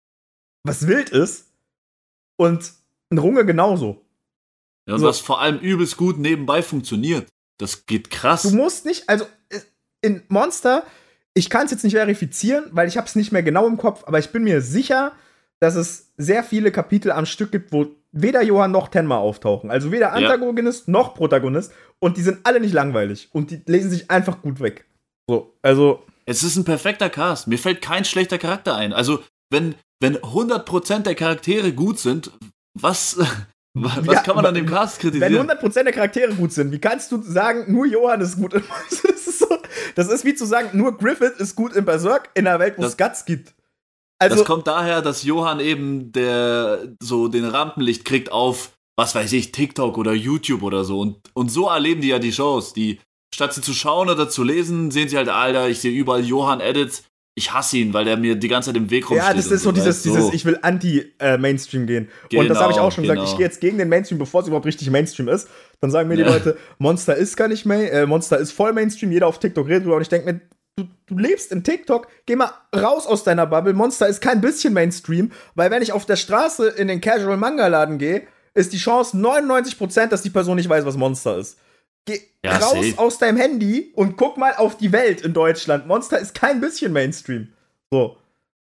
was wild ist. Und ein Runge genauso. Ja, und So. was vor allem übelst gut nebenbei funktioniert. Das geht krass. Du musst nicht, also in Monster, ich kann es jetzt nicht verifizieren, weil ich habe es nicht mehr genau im Kopf, aber ich bin mir sicher, dass es sehr viele Kapitel am Stück gibt, wo weder Johann noch Tenma auftauchen. Also weder Antagonist ja. noch Protagonist. Und die sind alle nicht langweilig. Und die lesen sich einfach gut weg. So, also. Es ist ein perfekter Cast. Mir fällt kein schlechter Charakter ein. Also, wenn, wenn hundert Prozent der Charaktere gut sind, was, was ja, kann man an dem Cast kritisieren? Wenn hundert Prozent der Charaktere gut sind, wie kannst du sagen, nur Johann ist gut? Das ist, so, das ist wie zu sagen, nur Griffith ist gut in Berserk in einer Welt, wo es Guts gibt. Also, das kommt daher, dass Johann eben der so den Rampenlicht kriegt auf, was weiß ich, TikTok oder YouTube oder so. Und, und so erleben die ja die Shows. Die, statt sie zu schauen oder zu lesen, sehen sie halt, Alter, ich sehe überall Johann-Edits. Ich hasse ihn, weil der mir die ganze Zeit im Weg rumsteht. Ja, das ist so, so dieses, so. dieses, ich will anti-Mainstream gehen. Genau, und das habe ich auch schon genau. gesagt. Ich gehe jetzt gegen den Mainstream, bevor es überhaupt richtig Mainstream ist. Dann sagen mir die ja. Leute, Monster ist gar nicht mehr, äh, Monster ist voll Mainstream, jeder auf TikTok redet drüber. Und ich denke mir, Du, du lebst in TikTok, geh mal raus aus deiner Bubble. Monster ist kein bisschen Mainstream, weil wenn ich auf der Straße in den Casual-Manga-Laden gehe, ist die Chance neunundneunzig Prozent, dass die Person nicht weiß, was Monster ist. Geh ja, raus safe. aus deinem Handy und guck mal auf die Welt in Deutschland. Monster ist kein bisschen Mainstream. So.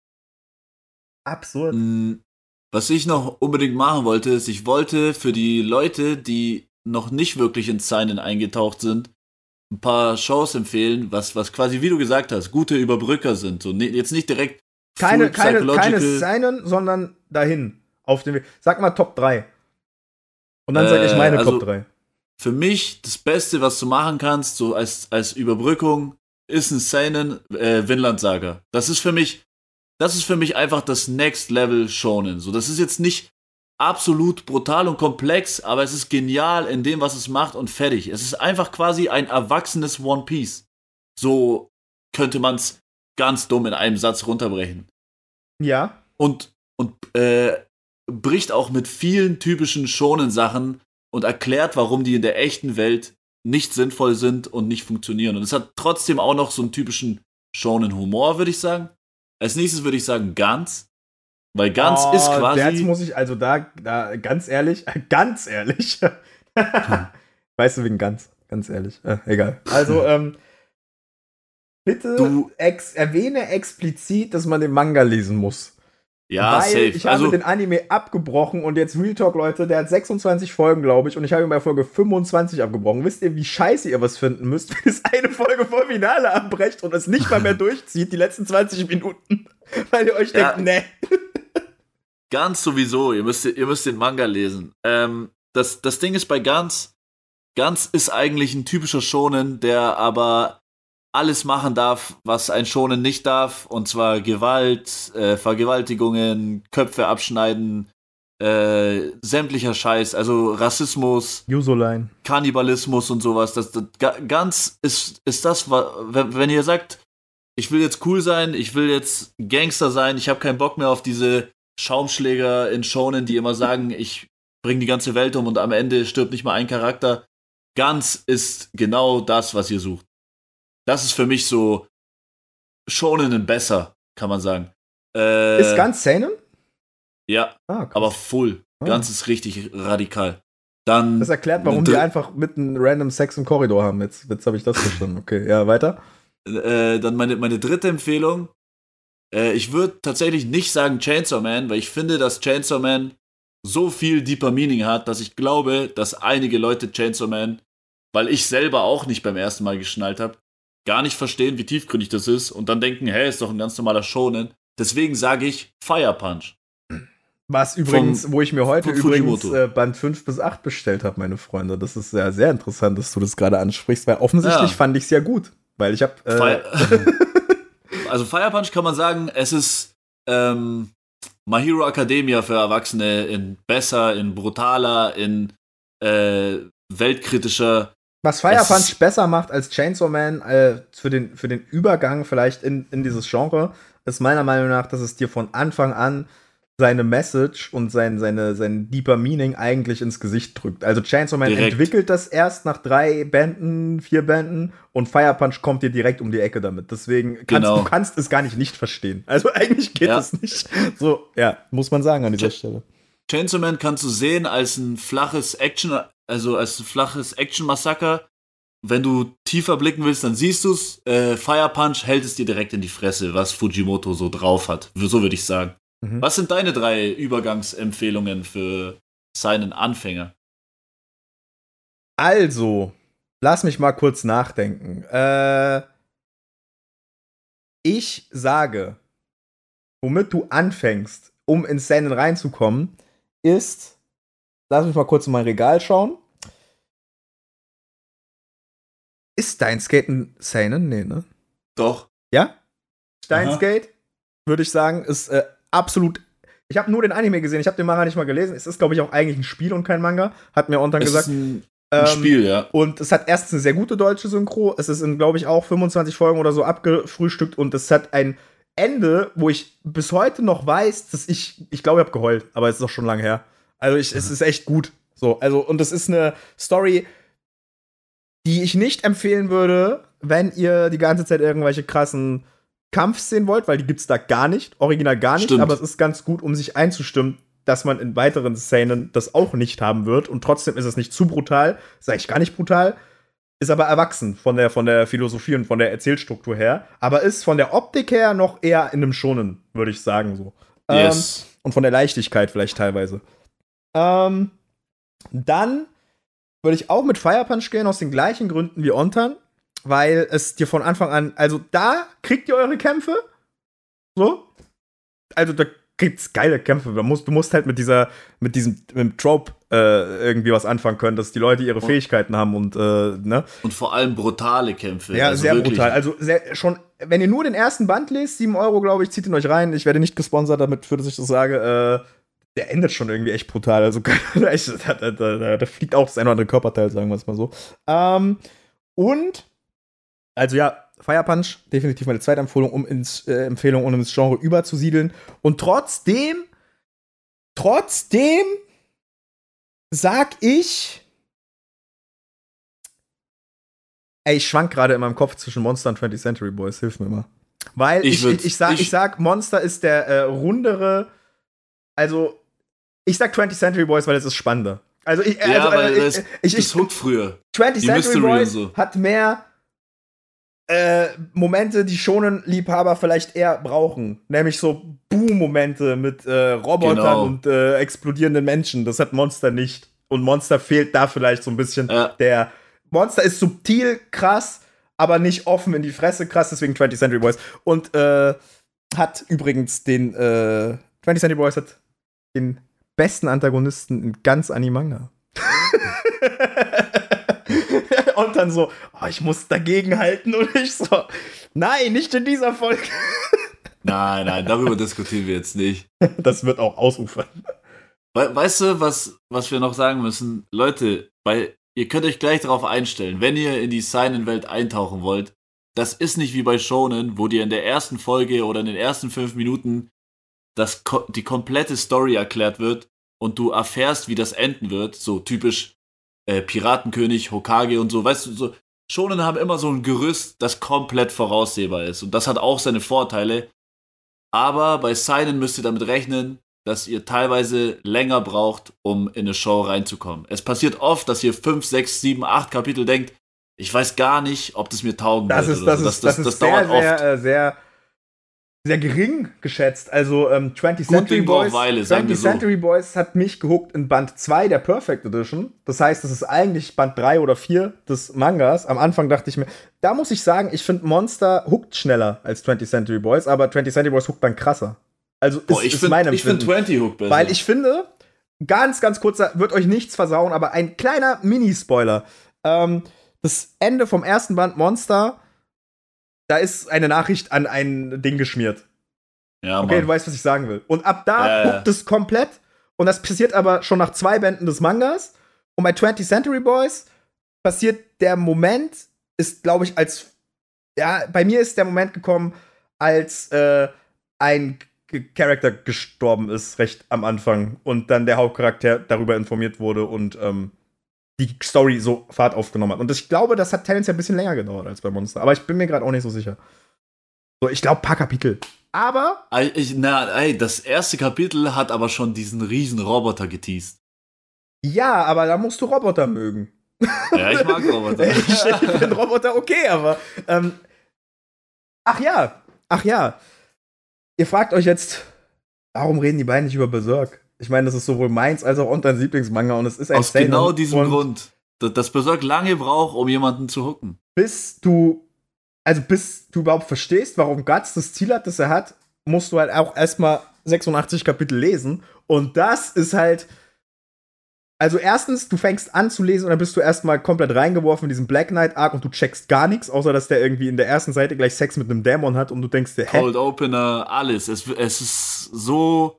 Absurd. Was ich noch unbedingt machen wollte, ist, ich wollte für die Leute, die noch nicht wirklich ins Seinen eingetaucht sind, ein paar Shows empfehlen, was, was quasi, wie du gesagt hast, gute Überbrücker sind. So, ne, jetzt nicht direkt keine, keine, keine Seinen, sondern dahin. Auf den Weg. Sag mal Top drei. Und dann äh, sage ich meine also Top drei. Für mich das Beste, was du machen kannst, so als, als Überbrückung, ist ein Seinen äh, Vinland Saga. Das ist für mich, das ist für mich einfach das Next Level Shonen. So, das ist jetzt nicht absolut brutal und komplex, aber es ist genial in dem, was es macht und fertig. Es ist einfach quasi ein erwachsenes One Piece. So könnte man es ganz dumm in einem Satz runterbrechen. Ja. Und, und äh, bricht auch mit vielen typischen Shonen-Sachen und erklärt, warum die in der echten Welt nicht sinnvoll sind und nicht funktionieren. Und es hat trotzdem auch noch so einen typischen Shonen-Humor, würde ich sagen. Als nächstes würde ich sagen Guns. Weil Guns oh, ist quasi. Jetzt muss ich, also da, da ganz ehrlich, ganz ehrlich. Weißt du, wegen Guns, ganz ehrlich. Äh, egal. Also, ähm, bitte du, ex, erwähne explizit, dass man den Manga lesen muss. Ja, Weil safe. Ich habe also, den Anime abgebrochen und jetzt Real Talk, Leute, der hat sechsundzwanzig Folgen, glaube ich, und ich habe ihn bei Folge fünfundzwanzig abgebrochen. Wisst ihr, wie scheiße ihr was finden müsst, wenn es eine Folge vor Finale abbrecht und es nicht mal mehr durchzieht, die letzten zwanzig Minuten? Weil ihr euch ja. denkt, ne. Ganz sowieso, ihr müsst, ihr müsst den Manga lesen. Ähm, das, das Ding ist bei Guns, Guns ist eigentlich ein typischer Shonen, der aber alles machen darf, was ein Shonen nicht darf, und zwar Gewalt, äh, Vergewaltigungen, Köpfe abschneiden, äh, sämtlicher Scheiß, also Rassismus, Jusoline, Kannibalismus und sowas. Das, das, Guns ist, ist das, wenn ihr sagt, ich will jetzt cool sein, ich will jetzt Gangster sein, ich habe keinen Bock mehr auf diese Schaumschläger in Shonen, die immer sagen, ich bringe die ganze Welt um und am Ende stirbt nicht mal ein Charakter. Guns ist genau das, was ihr sucht. Das ist für mich so Shonen besser, kann man sagen. Äh, ist Guns Seinen? Ja, ah, aber full. Ah. Guns ist richtig radikal. Dann das erklärt, warum die einfach mitten random Sex im Korridor haben. Jetzt, jetzt habe ich das verstanden. Okay, ja, weiter. Äh, dann meine, meine dritte Empfehlung Äh, ich würde tatsächlich nicht sagen Chainsaw Man, weil ich finde, dass Chainsaw Man so viel deeper Meaning hat, dass ich glaube, dass einige Leute Chainsaw Man, weil ich selber auch nicht beim ersten Mal geschnallt habe, gar nicht verstehen, wie tiefgründig das ist und dann denken, hey, ist doch ein ganz normaler Shonen. Deswegen sage ich Fire Punch. Was übrigens, Vom, wo ich mir heute übrigens äh, Band fünf bis acht bestellt habe, meine Freunde. Das ist ja sehr interessant, dass du das gerade ansprichst, weil offensichtlich ja. fand ich es ja gut. Weil ich habe äh Fire Also Fire Punch kann man sagen, es ist ähm, My Hero Academia für Erwachsene in besser, in brutaler, in äh, weltkritischer. Was Fire Punch besser macht als Chainsaw Man äh, für, den, für den Übergang vielleicht in, in dieses Genre, ist meiner Meinung nach, dass es dir von Anfang an seine Message und sein, seine, sein deeper Meaning eigentlich ins Gesicht drückt. Also Chainsaw Man direkt. Entwickelt das erst nach drei Bänden, vier Bänden und Fire Punch kommt dir direkt um die Ecke damit. Deswegen kannst genau. du kannst es gar nicht nicht verstehen. Also eigentlich geht es ja. nicht. So, ja, muss man sagen an dieser Ch- Stelle. Chainsaw Man kannst du sehen als ein flaches Action, also als ein flaches Action-Massaker. Wenn du tiefer blicken willst, dann siehst du es. Äh, Fire Punch hält es dir direkt in die Fresse, was Fujimoto so drauf hat. So würde ich sagen. Mhm. Was sind deine drei Übergangsempfehlungen für seinen Anfänger? Also, lass mich mal kurz nachdenken. Äh, ich sage, womit du anfängst, um ins Seinen reinzukommen, ist, lass mich mal kurz in mein Regal schauen. Ist Steins Gate ein Seinen? Nee, ne? Doch. Ja? Steins Gate, würde ich sagen, ist äh, absolut. Ich habe nur den Anime gesehen, ich habe den Manga nicht mal gelesen. Es ist, glaube ich, auch eigentlich ein Spiel und kein Manga, hat mir Ontan gesagt. Es ist ein, ein ähm, Spiel, ja. Und es hat erstens eine sehr gute deutsche Synchro. Es ist in, glaube ich, auch fünfundzwanzig Folgen oder so abgefrühstückt und es hat ein Ende, wo ich bis heute noch weiß, dass ich, ich glaube, ich habe geheult, aber es ist doch schon lange her. Also ich, mhm. es ist echt gut. So, also, und es ist eine Story, die ich nicht empfehlen würde, wenn ihr die ganze Zeit irgendwelche krassen Kampfszenen wollt, weil die gibt's da gar nicht, original gar nicht, Stimmt. aber es ist ganz gut, um sich einzustimmen, dass man in weiteren Szenen das auch nicht haben wird und trotzdem ist es nicht zu brutal, ist eigentlich gar nicht brutal, ist aber erwachsen von der, von der Philosophie und von der Erzählstruktur her, aber ist von der Optik her noch eher in einem Schonen, würde ich sagen, so. Yes. Ähm, und von der Leichtigkeit vielleicht teilweise. Ähm, dann würde ich auch mit Fire Punch gehen, aus den gleichen Gründen wie Ontan, weil es dir von Anfang an, also da kriegt ihr eure Kämpfe, so, also da gibt's geile Kämpfe, du musst, du musst halt mit dieser, mit diesem, mit dem Trope äh, irgendwie was anfangen können, dass die Leute ihre und, Fähigkeiten haben und, äh, ne. Und vor allem brutale Kämpfe. Ja, also sehr wirklich. brutal, also sehr, schon, wenn ihr nur den ersten Band lest, sieben Euro, glaube ich, zieht ihn euch rein, ich werde nicht gesponsert damit, für das ich das sage, äh, der endet schon irgendwie echt brutal, also da, da, da, da fliegt auch das ein oder andere Körperteil, sagen wir es mal so. Ähm, und Also ja, Fire Punch, definitiv meine zweite Empfehlung, um ins, äh, Empfehlung, um ins Genre überzusiedeln. Und trotzdem, trotzdem sag ich, ey, ich schwank gerade in meinem Kopf zwischen Monster und twentieth Century Boys, hilf mir mal. Weil ich, ich, ich, ich, sag, ich, ich sag, Monster ist der äh, rundere, also ich sag twentieth Century Boys, weil es ist spannender. Also ich, ja, also, weil also, das, ich, ich, das Hook früher. twentieth Century Boys so. Hat mehr Äh, Momente, die Shonen-Liebhaber vielleicht eher brauchen. Nämlich so Boom-Momente mit äh, Robotern genau. und äh, explodierenden Menschen. Das hat Monster nicht. Und Monster fehlt da vielleicht so ein bisschen. Ja. Der Monster ist subtil krass, aber nicht offen in die Fresse krass, deswegen twentieth Century Boys. Und äh, hat übrigens den äh, twentieth Century Boys hat den besten Antagonisten in ganz Animanga. Und dann so, oh, ich muss dagegen halten und ich so, nein, nicht in dieser Folge. Nein, nein, darüber diskutieren wir jetzt nicht. Das wird auch ausufern. We- weißt du, was, was wir noch sagen müssen? Leute, bei, ihr könnt euch gleich darauf einstellen, wenn ihr in die Seinen-Welt eintauchen wollt, das ist nicht wie bei Shonen, wo dir in der ersten Folge oder in den ersten fünf Minuten das, die komplette Story erklärt wird und du erfährst, wie das enden wird, so typisch Äh, Piratenkönig, Hokage und so, weißt du, so Shonen haben immer so ein Gerüst, das komplett voraussehbar ist und das hat auch seine Vorteile, aber bei Seinen müsst ihr damit rechnen, dass ihr teilweise länger braucht, um in eine Show reinzukommen. Es passiert oft, dass ihr fünf, sechs, sieben, acht Kapitel denkt, ich weiß gar nicht, ob das mir taugen das wird. Ist, das, so. ist, das, das, das, das ist das sehr, dauert sehr, oft. Sehr, sehr gering geschätzt. Also ähm, twentieth Gut Century Ding braucht Boys, Weile, sagen wir twentieth so. Century Boys hat mich gehuckt in Band zwei der Perfect Edition. Das heißt, das ist eigentlich Band drei oder vier des Mangas. Am Anfang dachte ich mir, da muss ich sagen, ich finde Monster huckt schneller als twentieth Century Boys, aber twentieth Century Boys huckt dann krasser. Also Boah, ist, ich ist find- mein ich find Empfinden. zwanzig Hook besser. Weil ich finde, ganz, ganz kurzer, wird euch nichts versauen, aber ein kleiner Mini-Spoiler. Ähm, das Ende vom ersten Band Monster, da ist eine Nachricht an ein Ding geschmiert. Ja, Okay, Mann. du weißt, was ich sagen will. Und ab da Ja, ja. huckt es komplett. Und das passiert aber schon nach zwei Bänden des Mangas. Und bei twentieth Century Boys passiert der Moment, ist, glaube ich, als. Ja, bei mir ist der Moment gekommen, als äh, ein G- Charakter gestorben ist, recht am Anfang. Und dann der Hauptcharakter darüber informiert wurde und ähm, die Story so Fahrt aufgenommen hat. Und ich glaube, das hat tendenziell ein bisschen länger gedauert als bei Monster. Aber ich bin mir gerade auch nicht so sicher. So, ich glaube, paar Kapitel. Aber Ey, Ich, na, ey, das erste Kapitel hat aber schon diesen riesen Roboter geteased. ja, aber da musst du Roboter mögen. Ja, ich mag Roboter. Ich finde Roboter okay, aber. Ähm, ach ja, ach ja. Ihr fragt euch jetzt, warum reden die beiden nicht über Berserk? Ich meine, das ist sowohl meins als auch unser Lieblingsmanga und es ist ein Aus Seinen. genau diesem Und Grund. dass das Berserk lange braucht, um jemanden zu hooken. Bis du, also bis du überhaupt verstehst, warum Guts das Ziel hat, das er hat, musst du halt auch erstmal sechsundachtzig Kapitel lesen. Und das ist halt. Also erstens, du fängst an zu lesen und dann bist du erstmal komplett reingeworfen in diesen Black Knight Arc und du checkst gar nichts, außer dass der irgendwie in der ersten Seite gleich Sex mit einem Dämon hat und du denkst dir, hä? Cold Opener, alles. Es, es ist so.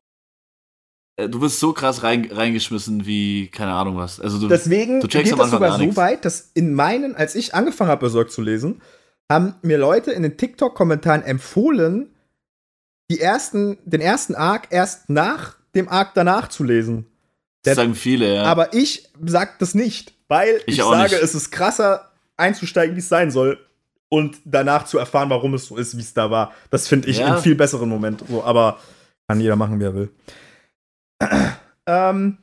äh, Du wirst so krass rein, reingeschmissen wie, keine Ahnung was. Also du, Deswegen du checkst geht am das Anfang sogar gar so nichts. weit, dass in meinen, als ich angefangen habe, Berserk zu lesen, haben mir Leute in den TikTok-Kommentaren empfohlen, die ersten, den ersten Arc erst nach dem Arc danach zu lesen. Das sagen viele, ja. Aber ich sag das nicht, weil ich, Ich auch sage, nicht. es ist krasser einzusteigen, wie es sein soll und danach zu erfahren, warum es so ist, wie es da war. Das finde ich Ja. einen viel besseren Moment. So, aber kann jeder machen, wie er will. ähm,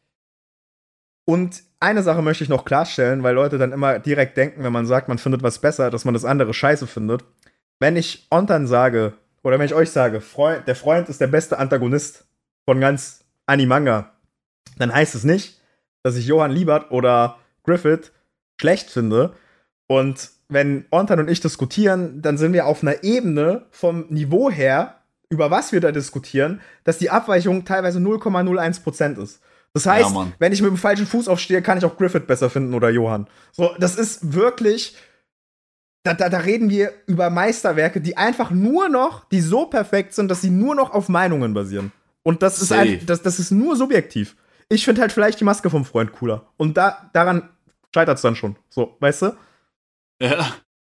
und eine Sache möchte ich noch klarstellen, weil Leute dann immer direkt denken, wenn man sagt, man findet was besser, dass man das andere scheiße findet. Wenn ich Ontan sage, oder wenn ich euch sage, Freund, der Freund ist der beste Antagonist von ganz Animanga, dann heißt es nicht, dass ich Johann Liebert oder Griffith schlecht finde. Und wenn Ontan und ich diskutieren, dann sind wir auf einer Ebene vom Niveau her, über was wir da diskutieren, dass die Abweichung teilweise null Komma null eins Prozent ist. Das heißt, Ja, Mann. wenn ich mit dem falschen Fuß aufstehe, kann ich auch Griffith besser finden oder Johann. So, das ist wirklich. Da, da, da reden wir über Meisterwerke, die einfach nur noch, die so perfekt sind, dass sie nur noch auf Meinungen basieren. Und das ist, Safe. ein, das, das ist nur subjektiv. Ich finde halt vielleicht die Maske vom Freund cooler. Und da, daran scheitert es dann schon. So, weißt du? Ja.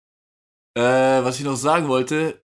Äh, was ich noch sagen wollte,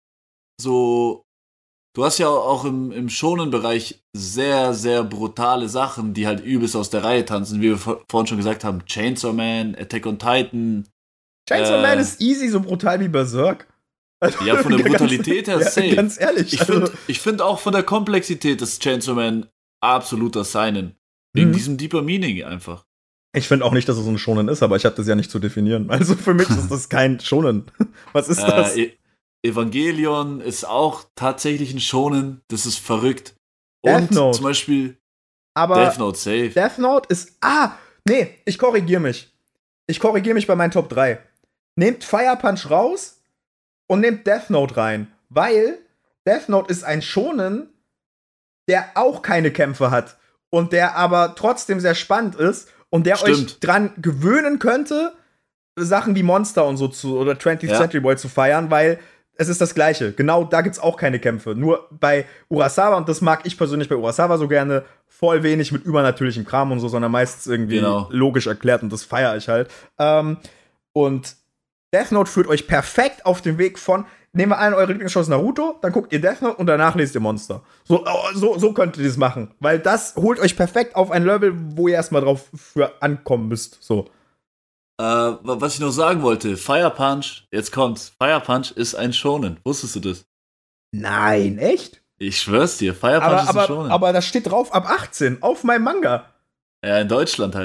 so, du hast ja auch im, im Shonen-Bereich sehr, sehr brutale Sachen, die halt übelst aus der Reihe tanzen, wie wir vor, vorhin schon gesagt haben, Chainsaw Man, Attack on Titan. Chainsaw Äh. Man ist easy, so brutal wie Berserk. Also, Ja, von der ganz- Brutalität her ja, safe. Ganz ehrlich. Ich also, finde ich find auch von der Komplexität des Chainsaw Man absoluter Seinen. Wegen Mhm. diesem deeper Meaning einfach. ich finde auch nicht, dass es ein Shonen ist, aber ich habe das ja nicht zu definieren. Also für mich ist das kein Shonen. Was ist das? Äh, E- Evangelion ist auch tatsächlich ein Shonen. Das ist verrückt. Death Und Note. zum Beispiel aber Death Note safe. Death Note ist. Ah, nee, ich korrigiere mich. Ich korrigiere mich bei meinen Top drei. Nehmt Fire Punch raus und nehmt Death Note rein. Weil Death Note ist ein Shonen, der auch keine Kämpfe hat. Und der aber trotzdem sehr spannend ist. Und der euch Stimmt. dran gewöhnen könnte, Sachen wie Monster und so zu oder twentieth Ja. Century Boy zu feiern, weil es ist das Gleiche. Genau, da gibt's auch keine Kämpfe. Nur bei Urasawa, und das mag ich persönlich bei Urasawa so gerne, voll wenig mit übernatürlichem Kram und so, sondern meistens irgendwie Genau. logisch erklärt und das feiere ich halt. Ähm, und Death Note führt euch perfekt auf den Weg von, nehmen wir allen eure Lieblingsshows Naruto, dann guckt ihr Death Note und danach lest ihr Monster. So, oh, so, so könnt ihr das machen. Weil das holt euch perfekt auf ein Level, wo ihr erstmal drauf für ankommen müsst. So. Äh, wa- was ich noch sagen wollte, Fire Punch, jetzt kommt's. Fire Punch ist ein Shonen. Wusstest du das? Nein, echt? Ich schwör's dir, Fire Punch Aber, ist ein aber, Shonen. aber da steht drauf ab achtzehn, auf meinem Manga. Ja, in Deutschland halt.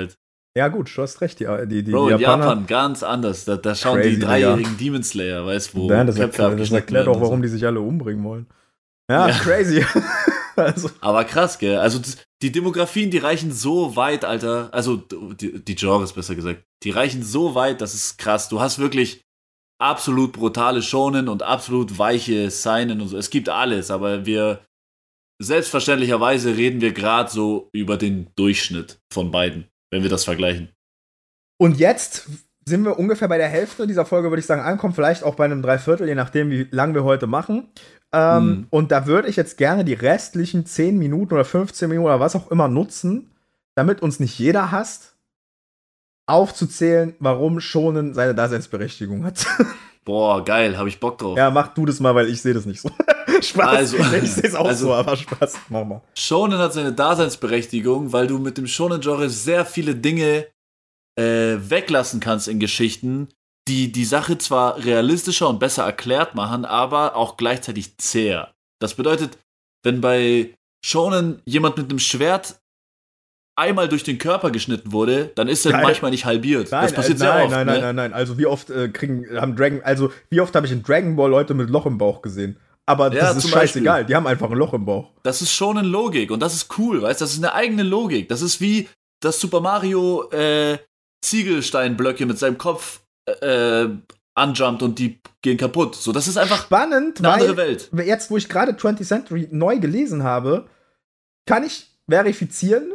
Ja, gut, du hast recht. Die, die, die, Bro, die in Japaner, Japan ganz anders. Da, da schauen Crazy, die dreijährigen Demon Slayer, weißt du, wo ja, das, Köpfe erklärt, das abgeschnitten erklärt werden auch, und warum so. die sich alle umbringen wollen. Ja, Ja. crazy. also, Aber krass, gell? Also das- die Demografien, die reichen so weit, Alter. Also die, die Genres, besser gesagt. Die reichen so weit, das ist krass. Du hast wirklich absolut brutale Shonen und absolut weiche Seinen und so. Es gibt alles, aber wir selbstverständlicherweise reden wir gerade so über den Durchschnitt von beiden, wenn wir das vergleichen. und jetzt sind wir ungefähr bei der Hälfte dieser Folge, würde ich sagen, ankommen. Vielleicht auch bei einem Dreiviertel, je nachdem, wie lang wir heute machen. Ähm, Mhm. Und da würde ich jetzt gerne die restlichen zehn Minuten oder fünfzehn Minuten oder was auch immer nutzen, damit uns nicht jeder hasst, aufzuzählen, warum Shonen seine Daseinsberechtigung hat. Boah, geil, hab ich Bock drauf. Ja, mach du das mal, weil ich sehe das nicht so. Spaß. Also- ich sehe es auch also- so, aber Spaß. Mach mal. Shonen hat seine Daseinsberechtigung, weil du mit dem Shonen-Genre sehr viele Dinge äh, weglassen kannst in Geschichten, die die Sache zwar realistischer und besser erklärt machen, aber auch gleichzeitig zäh. Das bedeutet, wenn bei Shonen jemand mit einem Schwert einmal durch den Körper geschnitten wurde, dann ist er Geil. manchmal nicht halbiert. Nein, das passiert äh, sehr nein, oft. nein, ne? nein, nein, nein. Also wie oft äh, kriegen haben Dragon, also wie oft habe ich in Dragon Ball Leute mit Loch im Bauch gesehen? Aber Ja, das ist zum scheißegal. Die haben einfach ein Loch im Bauch. Das ist schon eine Logik und das ist cool, weißt du? Das ist eine eigene Logik. Das ist wie das Super Mario äh, Ziegelsteinblöcke mit seinem Kopf äh, anjumpt und die gehen kaputt. So, das ist einfach Spannend, eine weil andere Welt. jetzt, wo ich gerade twentieth Century neu gelesen habe, kann ich verifizieren,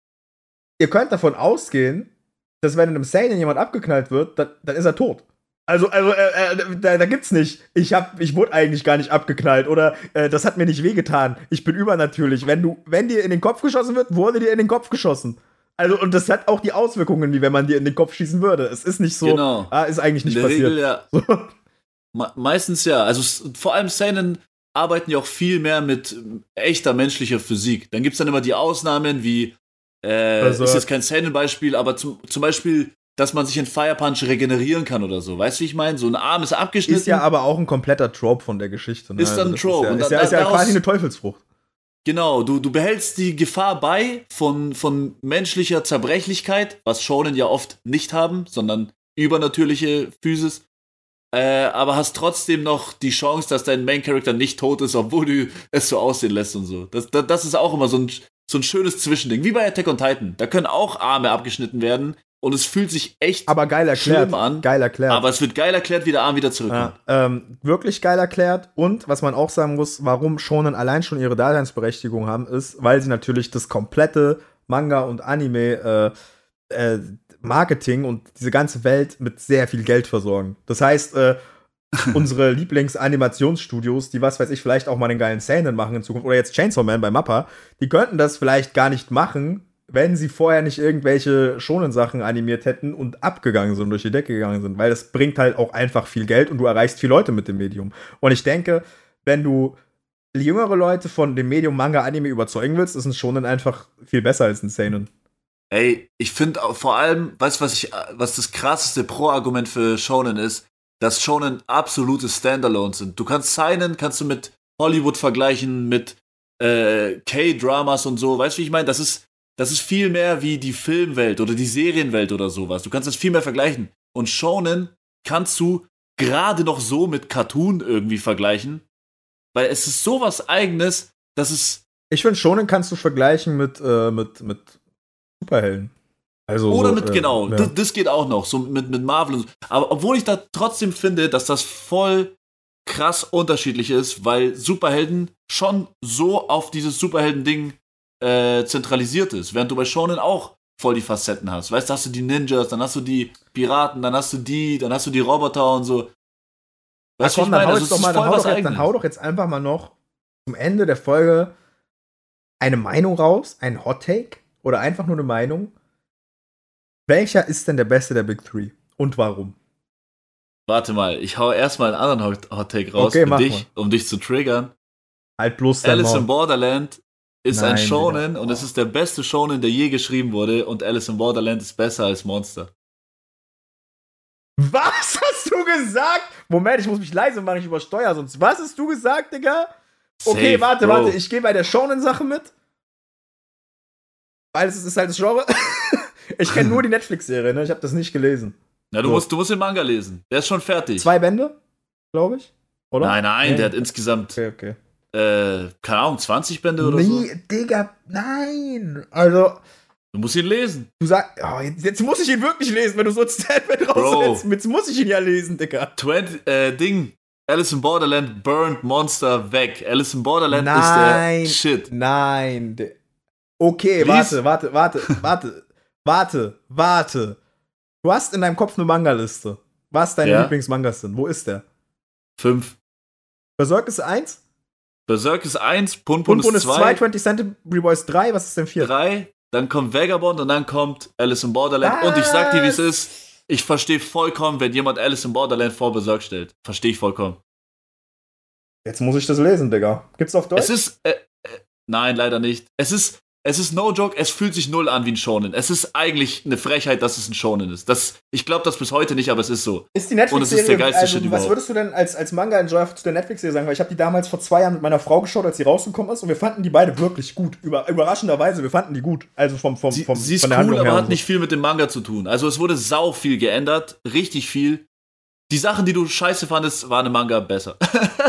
ihr könnt davon ausgehen, dass wenn in einem Seinen jemand abgeknallt wird, dann, dann ist er tot. Also, also äh, äh, da, da gibt's nicht, ich, hab, ich wurde eigentlich gar nicht abgeknallt oder äh, das hat mir nicht wehgetan. Ich bin übernatürlich. Wenn, du, wenn dir in den Kopf geschossen wird, wurde dir in den Kopf geschossen. Also, und das hat auch die Auswirkungen, wie wenn man dir in den Kopf schießen würde. Es ist nicht so, Genau. ah, ist eigentlich nicht In der passiert. Regel ja. So. Me meistens ja. Also s- vor allem Seinen arbeiten ja auch viel mehr mit ähm, echter menschlicher Physik. Dann gibt's dann immer die Ausnahmen, wie äh, Also- ist jetzt kein Seinen-Beispiel, aber zum, zum Beispiel, dass man sich in Fire Punch regenerieren kann oder so. Weißt du, wie ich meine? So ein Arm ist abgeschnitten. Ist ja aber auch ein kompletter Trope von der Geschichte. Ne? Ist dann ein das Trope. Ist Und ja, ist da- ja, ist ja daraus- quasi eine Teufelsfrucht. Genau, du, du behältst die Gefahr bei von, von menschlicher Zerbrechlichkeit, was Shonen ja oft nicht haben, sondern übernatürliche Physis. Äh, aber hast trotzdem noch die Chance, dass dein Main Character nicht tot ist, obwohl du es so aussehen lässt und so. Das, das, das ist auch immer so ein, so ein schönes Zwischending. Wie bei Attack on Titan. Da können auch Arme abgeschnitten werden und es fühlt sich echt Aber geil erklärt. schlimm an. Geil erklärt. Aber es wird geil erklärt, wie der Arm wieder zurückkommt. Ja, ähm, wirklich geil erklärt. Und was man auch sagen muss, warum Shonen allein schon ihre Daseinsberechtigung haben, ist, weil sie natürlich das komplette Manga und Anime äh, äh, Marketing und diese ganze Welt mit sehr viel Geld versorgen. Das heißt, äh, unsere Lieblingsanimationsstudios, die was weiß ich, vielleicht auch mal einen geilen Seinen machen in Zukunft, oder jetzt Chainsaw Man bei Mappa, die könnten das vielleicht gar nicht machen, wenn sie vorher nicht irgendwelche Shonen-Sachen animiert hätten und abgegangen sind, durch die Decke gegangen sind, weil das bringt halt auch einfach viel Geld und du erreichst viele Leute mit dem Medium. Und ich denke, wenn du jüngere Leute von dem Medium Manga Anime überzeugen willst, ist ein Shonen einfach viel besser als ein Seinen. Ey, ich finde vor allem, weißt du, was ich, was das krasseste Pro-Argument für Shonen ist, dass Shonen absolute Standalones sind. Du kannst Seinen, kannst du mit Hollywood vergleichen, mit äh, K-Dramas und so, weißt du, wie ich meine? Das ist, das ist viel mehr wie die Filmwelt oder die Serienwelt oder sowas. Du kannst das viel mehr vergleichen. Und Shonen kannst du gerade noch so mit Cartoon irgendwie vergleichen, weil es ist sowas Eigenes, dass es Ich finde, Shonen kannst du vergleichen mit, äh, mit, mit Superhelden. Also Oder so, mit, äh, genau, ja. das, das geht auch noch, so mit, mit Marvel und so. Aber obwohl ich da trotzdem finde, dass das voll krass unterschiedlich ist, weil Superhelden schon so auf dieses Superhelden-Ding äh, zentralisiert ist, während du bei Shonen auch voll die Facetten hast. Weißt du, hast du die Ninjas, dann hast du die Piraten, dann hast du die, dann hast du die Roboter und so. Na Weißt du, komm, wie ich dann meine? hau, Also, jetzt es doch ist mal, dann, voll hau was doch jetzt, dann Eigenes. hau doch jetzt einfach mal noch zum Ende der Folge eine Meinung raus, ein Hot Take oder einfach nur eine Meinung. Welcher ist denn der beste der Big Three und warum? Warte mal, ich hau erstmal einen anderen Hot, Hot Take raus Okay, für mach dich, um dich zu triggern. Halt bloß dein Alice Maul. in Borderland ist Nein, ein Shonen Digga. und es ist der beste Shonen, der je geschrieben wurde, und Alice in Borderland ist besser als Monster. Was hast du gesagt? Moment, ich muss mich leise machen, ich übersteuere sonst. Was hast du gesagt, Digga? Okay, Safe, warte, Bro. warte, ich gehe bei der Shonen-Sache mit. Weil es ist halt das Genre. Ich kenne nur die Netflix-Serie, ne? Ich habe das nicht gelesen. Ja, du, so. musst, du musst den Manga lesen. Der ist schon fertig. Zwei Bände, glaube ich. Oder? Nein, nein, nee. Der hat insgesamt, okay, okay. Äh, keine Ahnung, zwanzig Bände oder nee, so. Nee, Digga, nein. Also. Du musst ihn lesen. Du sagst, oh, jetzt, jetzt muss ich ihn wirklich lesen, wenn du so ein Statement raussetzt. Jetzt muss ich ihn ja lesen, Digga. zwanzig, äh, Ding. Alice in Borderland burnt Monster weg. Alice in Borderland nein, ist der Shit. Nein. Okay, Please? warte, warte, warte, warte, warte, warte. Du hast in deinem Kopf eine Manga-Liste. Was deine ja. Lieblingsmangas sind. Wo ist der? Fünf. Berserk ist eins? Berserk ist eins, Punpun ist zwei. zwei, zwanzig Century Boys drei, was ist denn vier? drei, dann kommt Vagabond und dann kommt Alice in Borderland. Was? Und ich sag dir, wie es ist. Ich verstehe vollkommen, wenn jemand Alice in Borderland vor Berserk stellt. Verstehe ich vollkommen. Jetzt muss ich das lesen, Digga. Gibt's auf Deutsch? Es ist, äh, äh, nein, leider nicht. Es ist, es ist no joke, es fühlt sich null an wie ein Shonen. Es ist eigentlich eine Frechheit, dass es ein Shonen ist. Das, ich glaube das bis heute nicht, aber es ist so. Ist die Netflix-Serie, und es ist der geilste also, Shit was überhaupt. würdest du denn als, als Manga-Enjoyer zu der Netflix-Serie sagen? Weil ich habe die damals vor zwei Jahren mit meiner Frau geschaut, als sie rausgekommen ist und wir fanden die beide wirklich gut. Über, überraschenderweise, wir fanden die gut. Also vom, vom, sie, vom sie ist von der cool, Handlung aber her hat so. nicht viel mit dem Manga zu tun. Also es wurde sau viel geändert, richtig viel. Die Sachen, die du scheiße fandest, waren im Manga besser.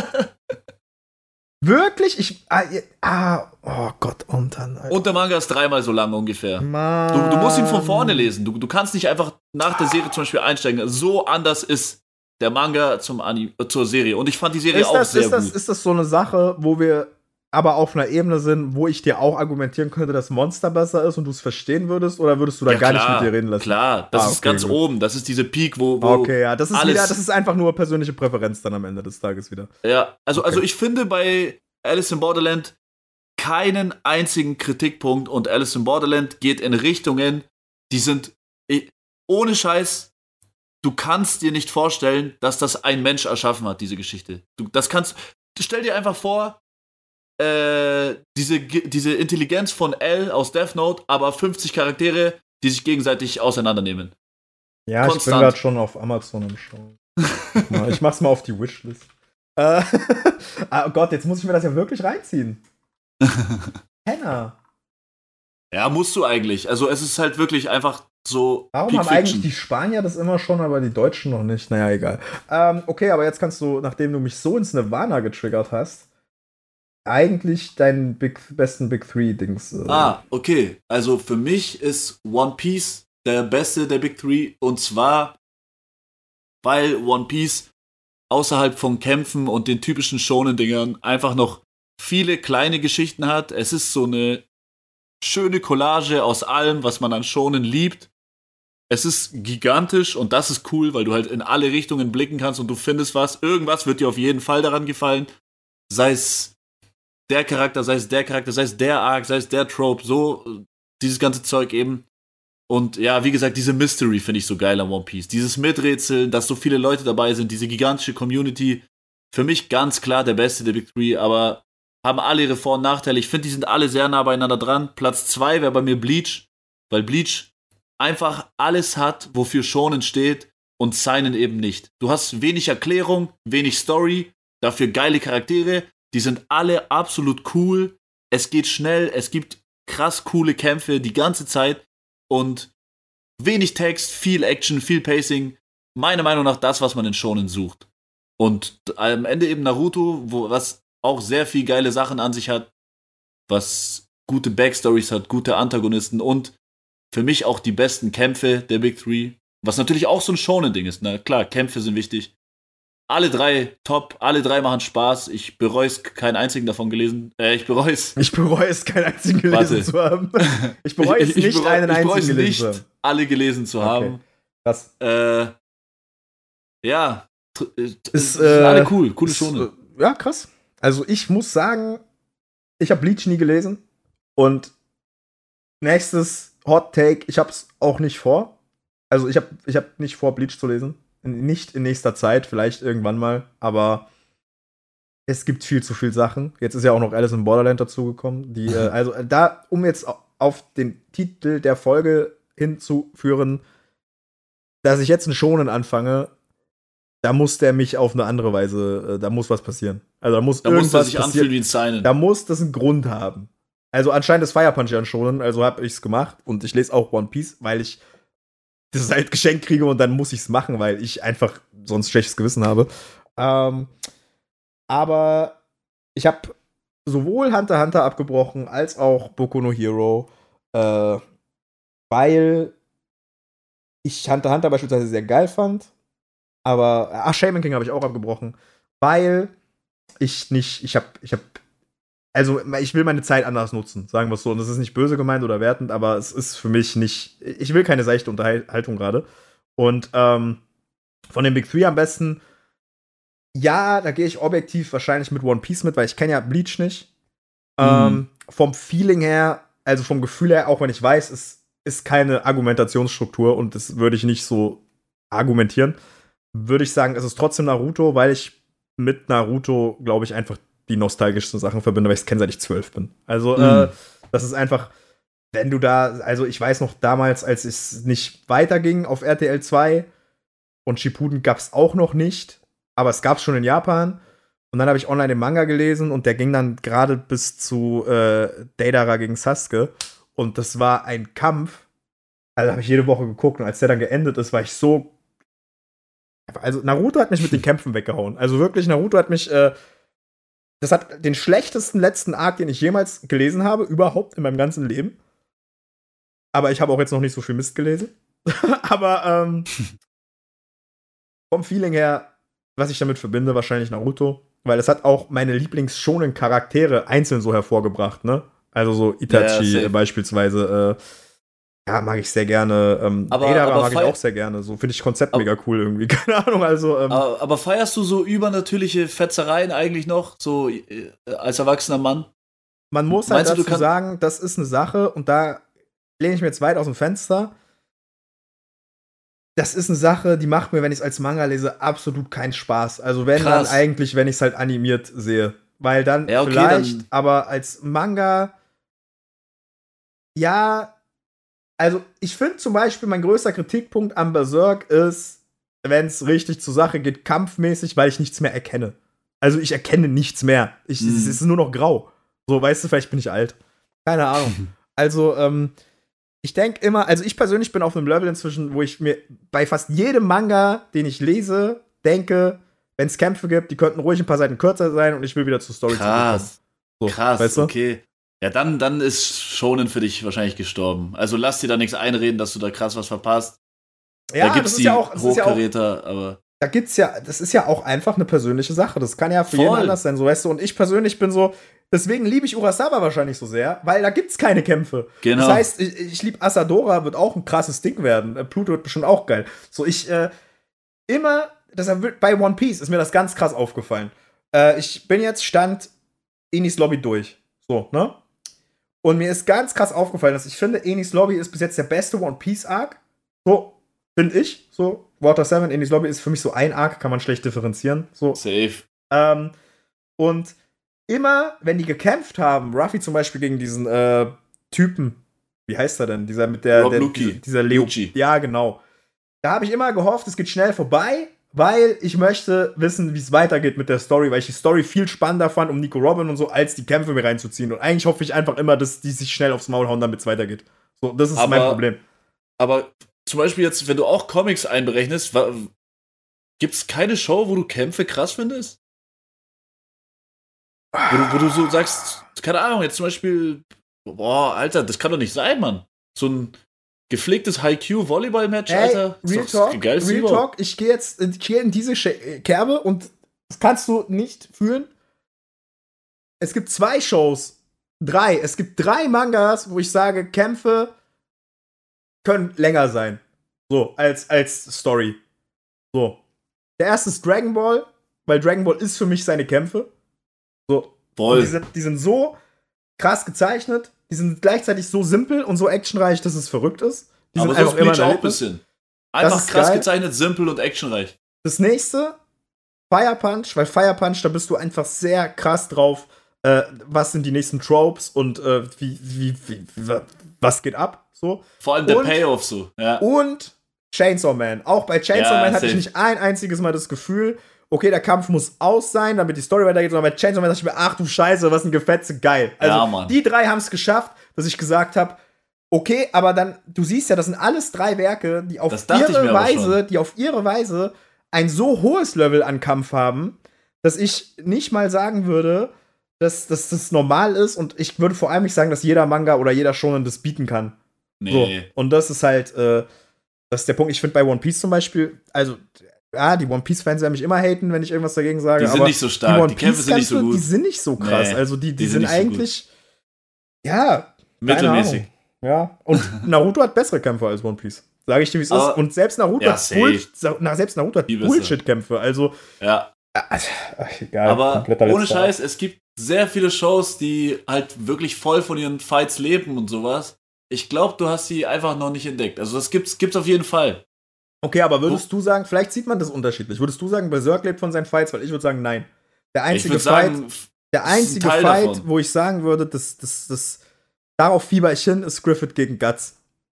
Wirklich? Ich. Ah, ah, oh Gott, und dann. Alter. Und der Manga ist dreimal so lang ungefähr. Du, du musst ihn von vorne lesen. Du, du kannst nicht einfach nach der Serie zum Beispiel einsteigen. So anders ist der Manga zum Anim- zur Serie. Und ich fand die Serie ist auch das, sehr ist das, gut. Ist das so eine Sache, wo wir aber auf einer Ebene sind, wo ich dir auch argumentieren könnte, dass Monster besser ist und du es verstehen würdest? Oder würdest du da ja, gar klar, nicht mit dir reden lassen? Klar, das ah, okay, ist ganz gut. oben. Das ist diese Peak, wo, wo okay, ja, das ist alles wieder, das ist einfach nur persönliche Präferenz dann am Ende des Tages wieder. Ja, also, okay. also ich finde bei Alice in Borderland keinen einzigen Kritikpunkt und Alice in Borderland geht in Richtungen, die sind ich, ohne Scheiß, du kannst dir nicht vorstellen, dass das ein Mensch erschaffen hat, diese Geschichte. Du, das kannst, stell dir einfach vor, äh, diese, diese Intelligenz von L aus Death Note, aber fünfzig Charaktere, die sich gegenseitig auseinandernehmen. Ja, Konstant. Ich bin gerade schon auf Amazon im Show. Ich mach's mal auf die Wishlist. Äh, oh Gott, jetzt muss ich mir das ja wirklich reinziehen. Henna. Ja, musst du eigentlich. Also es ist halt wirklich einfach so. Warum Peak haben Fiction. eigentlich die Spanier das immer schon, aber die Deutschen noch nicht? Naja, egal. Ähm, okay, aber jetzt kannst du, nachdem du mich so ins Nirvana getriggert hast, eigentlich deinen Big, besten Big Three-Dings. Äh ah, okay. Also für mich ist One Piece der beste der Big Three. Und zwar, weil One Piece außerhalb von Kämpfen und den typischen Shonen-Dingern einfach noch viele kleine Geschichten hat. Es ist so eine schöne Collage aus allem, was man an Shonen liebt. Es ist gigantisch und das ist cool, weil du halt in alle Richtungen blicken kannst und du findest was. Irgendwas wird dir auf jeden Fall daran gefallen. Sei es der Charakter, sei es der Charakter, sei es der Arc, sei es der Trope, so dieses ganze Zeug eben. Und ja, wie gesagt, diese Mystery finde ich so geil an One Piece. Dieses Miträtseln, dass so viele Leute dabei sind, diese gigantische Community. Für mich ganz klar der beste der Big Three, aber haben alle ihre Vor- und Nachteile. Ich finde, die sind alle sehr nah beieinander dran. Platz zwei wäre bei mir Bleach, weil Bleach einfach alles hat, wofür Shonen steht und Seinen eben nicht. Du hast wenig Erklärung, wenig Story, dafür geile Charaktere. Die sind alle absolut cool. Es geht schnell, es gibt krass coole Kämpfe die ganze Zeit. Und wenig Text, viel Action, viel Pacing. Meiner Meinung nach das, was man in Shonen sucht. Und am Ende eben Naruto, wo, was auch sehr viel geile Sachen an sich hat, was gute Backstories hat, gute Antagonisten und für mich auch die besten Kämpfe der Big Three. Was natürlich auch so ein Shonen-Ding ist. Na klar, Kämpfe sind wichtig. Alle drei top, alle drei machen Spaß. Ich bereue es, keinen einzigen davon gelesen. Äh, ich bereue es. Ich bereue es, keinen einzigen gelesen Warte. zu haben. Ich bereue es ich, ich, nicht, ich bereu, einen ich einzigen es gelesen nicht, zu haben. alle gelesen zu okay. haben. Was? Äh, ja, tr- ist, sind äh, alle cool, coole ist, Shonen. Äh, ja, krass. Also ich muss sagen, ich habe Bleach nie gelesen. Und nächstes Hot Take, ich habe es auch nicht vor. Also ich habe ich hab nicht vor, Bleach zu lesen. Nicht in nächster Zeit, vielleicht irgendwann mal, aber es gibt viel zu viel Sachen. Jetzt ist ja auch noch Alice in Borderland dazugekommen. Die, äh, also da, um jetzt auf den Titel der Folge hinzuführen, dass ich jetzt einen Shonen anfange, da muss der mich auf eine andere Weise, äh, da muss was passieren. Also da muss da irgendwas muss er sich passieren. anfühlen wie ein Seinen. Da muss das einen Grund haben. Also anscheinend ist Fire Punch ja ein Shonen, also habe ich's gemacht. Und ich lese auch One Piece, weil ich das halt geschenkt kriege und dann muss ich's machen, weil ich einfach sonst schlechtes Gewissen habe. Ähm, aber ich habe sowohl Hunter x Hunter abgebrochen, als auch Boku no Hero, äh, weil ich Hunter x Hunter beispielsweise sehr geil fand. Aber, ach, Shaman King habe ich auch abgebrochen, weil ich nicht, ich habe, ich habe, also ich will meine Zeit anders nutzen, sagen wir es so. Und das ist nicht böse gemeint oder wertend, aber es ist für mich nicht, ich will keine seichte Unterhaltung gerade. Und ähm, von den Big Three am besten, ja, da gehe ich objektiv wahrscheinlich mit One Piece mit, weil ich kenne ja Bleach nicht. Mhm. Ähm, vom Feeling her, also vom Gefühl her, auch wenn ich weiß, es ist keine Argumentationsstruktur und das würde ich nicht so argumentieren, würde ich sagen, es ist trotzdem Naruto, weil ich mit Naruto, glaube ich, einfach die nostalgischsten Sachen verbinde, weil ich es kenne, seit ich zwölf bin. Also, mhm. äh, das ist einfach, wenn du da, also ich weiß noch damals, als es nicht weiterging auf R T L zwei und Shippuden gab es auch noch nicht, aber es gab es schon in Japan. Und dann habe ich online den Manga gelesen und der ging dann gerade bis zu äh, Deidara gegen Sasuke. Und das war ein Kampf. Also habe ich jede Woche geguckt und als der dann geendet ist, war ich so. Also Naruto hat mich mit den Kämpfen weggehauen. Also wirklich, Naruto hat mich. Äh, das hat den schlechtesten letzten Arc, den ich jemals gelesen habe, überhaupt in meinem ganzen Leben. Aber ich habe auch jetzt noch nicht so viel Mist gelesen. Aber ähm, vom Feeling her, was ich damit verbinde, wahrscheinlich Naruto. Weil es hat auch meine Lieblings-Shonen-Charaktere einzeln so hervorgebracht, ne? Also so Itachi ja, beispielsweise, äh, ja, mag ich sehr gerne. Ähm, aber, Deidara aber mag ich auch sehr gerne. So finde ich Konzept aber, mega cool irgendwie. Keine Ahnung, also. Ähm, aber, aber feierst du so übernatürliche Fetzereien eigentlich noch, so äh, als erwachsener Mann? Man muss halt Meinst dazu du, sagen, das ist eine Sache und da lehne ich mir jetzt weit aus dem Fenster. Das ist eine Sache, die macht mir, wenn ich es als Manga lese, absolut keinen Spaß. Also wenn Krass. Dann eigentlich, wenn ich es halt animiert sehe. Weil dann ja, okay, vielleicht, dann aber als Manga, ja, also ich finde zum Beispiel, mein größter Kritikpunkt am Berserk ist, wenn es richtig zur Sache geht, kampfmäßig, weil ich nichts mehr erkenne. Also ich erkenne nichts mehr. Ich, mhm. Es ist nur noch grau. So, weißt du, vielleicht bin ich alt. Keine Ahnung. Also, ähm, ich denke immer, also ich persönlich bin auf einem Level inzwischen, wo ich mir bei fast jedem Manga, den ich lese, denke, wenn es Kämpfe gibt, die könnten ruhig ein paar Seiten kürzer sein und ich will wieder zur Story Krass. So, Krass, weißt du? Okay. Ja, dann, dann ist Shonen für dich wahrscheinlich gestorben. Also lass dir da nichts einreden, dass du da krass was verpasst. Ja, da gibt's das ist die ja auch, das Hochkaräter, ist ja auch, aber da gibt's ja, das ist ja auch einfach eine persönliche Sache. Das kann ja für Voll. jeden anders sein, so weißt du. Und ich persönlich bin so, deswegen liebe ich Urasawa wahrscheinlich so sehr, weil da gibt's keine Kämpfe. Genau. Das heißt, ich, ich liebe Asadora, wird auch ein krasses Ding werden. Pluto wird bestimmt auch geil. So, ich, äh, immer, deshalb bei One Piece ist mir das ganz krass aufgefallen. Äh, ich bin jetzt Stand Enis Lobby durch. So, ne? Und mir ist ganz krass aufgefallen, dass ich finde, Enis Lobby ist bis jetzt der beste One Piece Arc. So, finde ich. So, Water seven, Enis Lobby ist für mich so ein Arc, kann man schlecht differenzieren. So. Safe. Ähm, und immer, wenn die gekämpft haben, Ruffy zum Beispiel gegen diesen äh, Typen, wie heißt er denn? Dieser mit der, Rob der Lucky. dieser, dieser Leo. Lucci. Ja, genau. Da habe ich immer gehofft, es geht schnell vorbei, weil ich möchte wissen, wie es weitergeht mit der Story, weil ich die Story viel spannender fand, um Nico Robin und so, als die Kämpfe mir reinzuziehen. Und eigentlich hoffe ich einfach immer, dass die sich schnell aufs Maul hauen, damit es weitergeht. So, das ist aber, mein Problem. Aber zum Beispiel jetzt, wenn du auch Comics einberechnest, gibt es keine Show, wo du Kämpfe krass findest? Wo du, wo du so sagst, keine Ahnung, jetzt zum Beispiel, boah, Alter, das kann doch nicht sein, Mann. So ein gepflegtes High-Q-Volleyball-Match, hey, Alter. Real Talk, Real Talk, ich gehe jetzt ich geh in diese Kerbe und das kannst du nicht fühlen. Es gibt zwei Shows, drei, es gibt drei Mangas, wo ich sage, Kämpfe können länger sein. So, als, als Story. So. Der erste ist Dragon Ball, weil Dragon Ball ist für mich seine Kämpfe. So. Voll. Die sind, die sind so krass gezeichnet, die sind gleichzeitig so simpel und so actionreich, dass es verrückt ist. Die Aber sind so einfach immer auch ein bisschen. Einfach krass geil. gezeichnet, simpel und actionreich. Das nächste, Fire Punch, weil Fire Punch, da bist du einfach sehr krass drauf, äh, was sind die nächsten Tropes und äh, wie, wie, wie, wie, was geht ab. So. Vor allem der und, Payoff so. Ja. Und Chainsaw Man. Auch bei Chainsaw ja, Man hatte safe. ich nicht ein einziges Mal das Gefühl, okay, der Kampf muss aus sein, damit die Story weitergeht, sondern bei Chainsaw Man dachte ich mir, ach du Scheiße, was ein Gefetze, geil. Also ja, Mann. Die drei haben es geschafft, dass ich gesagt habe, okay, aber dann, du siehst ja, das sind alles drei Werke, die auf ihre Weise, die auf ihre Weise ein so hohes Level an Kampf haben, dass ich nicht mal sagen würde, dass, dass das normal ist, und ich würde vor allem nicht sagen, dass jeder Manga oder jeder Shonen das bieten kann. Nee. So. Und das ist halt, äh, das ist der Punkt. Ich finde bei One Piece zum Beispiel, also, ja, die One Piece-Fans werden mich immer haten, wenn ich irgendwas dagegen sage. Die sind aber nicht so stark, die, die Kämpfe sind nicht so gut. Die sind nicht so krass. Nee, also, die, die, die sind, sind eigentlich, so ja, mittelmäßig. Ja, und Naruto hat bessere Kämpfe als One Piece. Sage ich dir, wie es ist. Und selbst Naruto ja, hat, Bull- selbst Naruto hat Bullshit-Kämpfe. Also, ja. Ach, egal, aber ohne Scheiß, es gibt sehr viele Shows, die halt wirklich voll von ihren Fights leben und sowas. Ich glaube, du hast sie einfach noch nicht entdeckt. Also das gibt's, gibt's auf jeden Fall. Okay, aber würdest du sagen, vielleicht sieht man das unterschiedlich. Würdest du sagen, Berserk lebt von seinen Fights? Weil ich würde sagen, nein. Der einzige Fight, sagen, der einzige ein Fight, davon. wo ich sagen würde, das, das, das, darauf fieber ich hin, ist Griffith gegen Guts.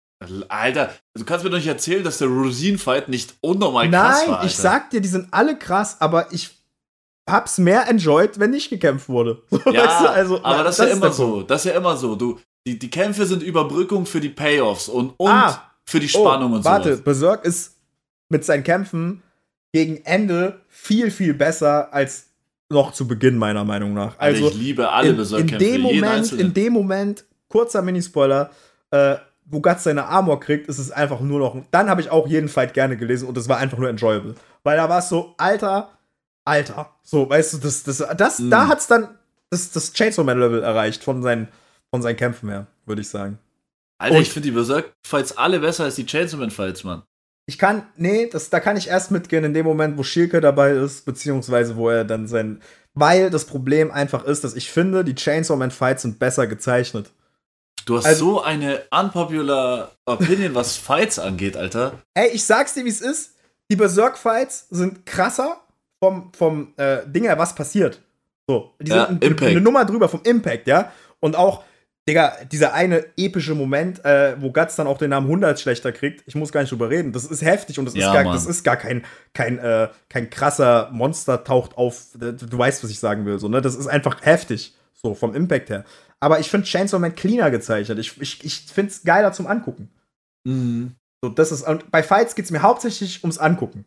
Alter, du kannst mir doch nicht erzählen, dass der Rosine-Fight nicht unnormal Nein, krass war, Nein, ich sag dir, die sind alle krass, aber ich hab's mehr enjoyed, wenn nicht gekämpft wurde. Ja, weißt du? Also, aber das, das ist ja immer so. Das ist ja immer so. Du, die, die Kämpfe sind Überbrückung für die Payoffs und, und ah, für die Spannung oh, und so. Warte, Berserk ist mit seinen Kämpfen gegen Ende viel, viel besser als noch zu Beginn, meiner Meinung nach. Also, ich liebe alle Berserk-Kämpfe. In dem Moment, in dem Moment, kurzer Minispoiler, äh, wo Guts seine Armor kriegt, ist es einfach nur noch. Dann habe ich auch jeden Fight gerne gelesen und es war einfach nur enjoyable. Weil da war es so, Alter, Alter. So, weißt du, das, das, das, mm. da hat's dann das, das Chainsaw Man-Level erreicht von seinen, von seinen Kämpfen her, würde ich sagen. Alter, und ich finde die Berserk-Fights alle besser als die Chainsaw Man-Fights, Mann. Ich kann, nee, das, da kann ich erst mitgehen in dem Moment, wo Shilke dabei ist, beziehungsweise wo er dann sein. Weil das Problem einfach ist, dass ich finde, die Chainsaw Man-Fights sind besser gezeichnet. Du hast also, so eine unpopular Opinion, was Fights angeht, Alter. Ey, ich sag's dir, wie es ist. Die Berserk-Fights sind krasser vom, vom äh, Ding her, was passiert. So, die ja, sind eine, eine Nummer drüber vom Impact, ja. Und auch, Digga, dieser eine epische Moment, äh, wo Guts dann auch den Namen hundert schlechter kriegt, ich muss gar nicht drüber reden. Das ist heftig und das, ja, ist, gar, das ist gar kein, kein, äh, kein krasser Monster taucht auf. Du, du weißt, was ich sagen will. So, ne? Das ist einfach heftig, so vom Impact her. Aber ich finde Chainsaw Man cleaner gezeichnet. Ich, ich, ich finde es geiler zum Angucken. Mhm. So, das ist, und bei Fights geht es mir hauptsächlich ums Angucken.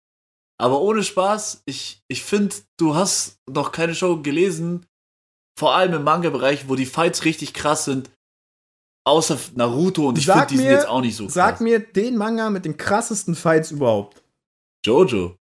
Aber ohne Spaß, ich, ich finde, du hast noch keine Show gelesen, vor allem im Manga-Bereich, wo die Fights richtig krass sind, außer Naruto, und ich finde, die sind jetzt auch nicht so krass. Sag mir den Manga mit den krassesten Fights überhaupt. Jojo.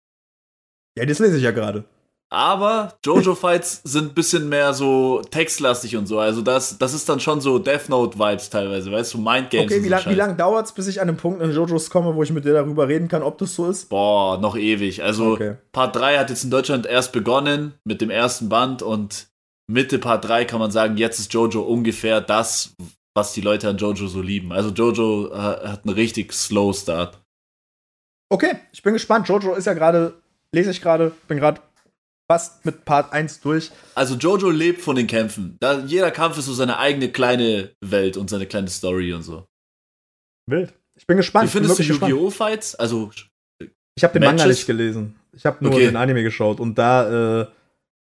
Ja, das lese ich ja gerade. Aber Jojo-Fights sind ein bisschen mehr so textlastig und so. Also das, das ist dann schon so Death Note-Vibes teilweise, weißt du, Mindgames. Okay, wie, lang, wie lange dauert es, bis ich an einem Punkt in Jojos komme, wo ich mit dir darüber reden kann, ob das so ist? Boah, noch ewig. Also okay. Part drei hat jetzt in Deutschland erst begonnen mit dem ersten Band und Mitte Part drei kann man sagen, jetzt ist Jojo ungefähr das, was die Leute an Jojo so lieben. Also Jojo äh, hat einen richtig slow Start. Okay, ich bin gespannt. Jojo ist ja gerade, lese ich gerade, bin gerade fast mit Part eins durch. Also Jojo lebt von den Kämpfen. Da, jeder Kampf ist so seine eigene kleine Welt und seine kleine Story und so. Wild. Ich bin gespannt. Wie findest du Yu-Gi-Oh! Fights? Also ich habe den Manga nicht gelesen. Ich habe nur okay. den Anime geschaut und da äh,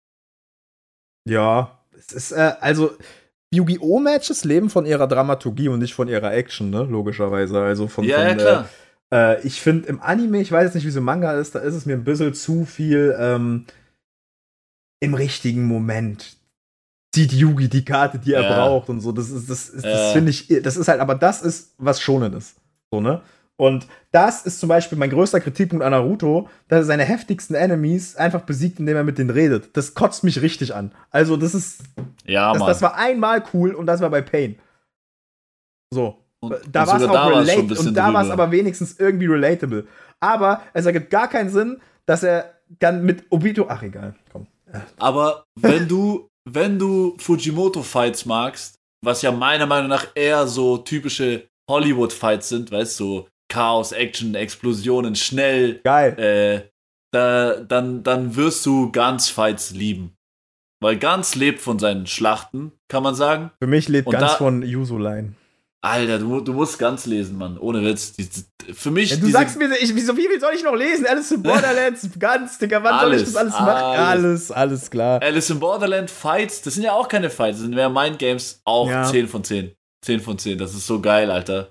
ja, es ist äh, also Yu-Gi-Oh! Matches leben von ihrer Dramaturgie und nicht von ihrer Action, ne? Logischerweise. Also von, ja, von ja, klar. Äh, ich finde im Anime, ich weiß jetzt nicht, wie es im Manga ist, da ist es mir ein bisschen zu viel ähm, im richtigen Moment zieht Yugi die Karte, die er ja. braucht und so. Das ist, das ist, das ja. finde ich, das ist halt, aber das ist, was Shonen ist. So, ne? Und das ist zum Beispiel mein größter Kritikpunkt an Naruto, dass er seine heftigsten Enemies einfach besiegt, indem er mit denen redet. Das kotzt mich richtig an. Also, das ist. Ja, das, Mann. Das war einmal cool und das war bei Pain. So. Und, da war es auch da relatable. Und da war es aber wenigstens irgendwie relatable. Aber es ergibt gar keinen Sinn, dass er dann mit Obito. Ach, egal. Komm. Ja. Aber wenn du, wenn du Fujimoto-Fights magst, was ja meiner Meinung nach eher so typische Hollywood-Fights sind, weißt du, so Chaos, Action, Explosionen, schnell. Geil. Äh, da, dann, dann wirst du Guns-Fights lieben. Weil Guns lebt von seinen Schlachten, kann man sagen. Für mich lebt Und Guns da, von Yuzu-Line. Alter, du, du musst Guns lesen, Mann. Ohne Witz. Die, für mich. Ja, du sagst mir, ich, wieso, wie viel soll ich noch lesen? Alice in Borderlands, ganz, Digga, wann alles, soll ich das alles, alles machen? Alles, alles klar. Alice in Borderland, Fights, das sind ja auch keine Fights, das sind mehr Mindgames, auch ja. zehn von zehn. zehn von zehn, das ist so geil, Alter.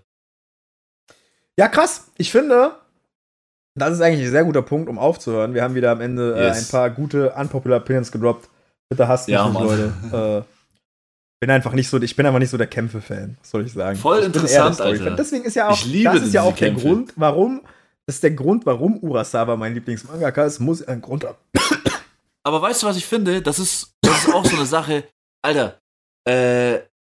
Ja, krass. Ich finde, das ist eigentlich ein sehr guter Punkt, um aufzuhören. Wir haben wieder am Ende yes. äh, ein paar gute Unpopular Opinions gedroppt. Bitte hasst mich ja, nicht, Leute. Äh, bin einfach nicht so, ich bin einfach nicht so der Kämpfe-Fan, was soll ich sagen. Voll ich interessant, Alter. Deswegen ist ja auch, das ist ja auch der Kämpfe. Grund, warum, das ist der Grund, warum Urasawa mein Lieblingsmangaka ist, muss einen Grund haben. Aber weißt du, was ich finde? Das ist, das ist auch so eine Sache, Alter, äh,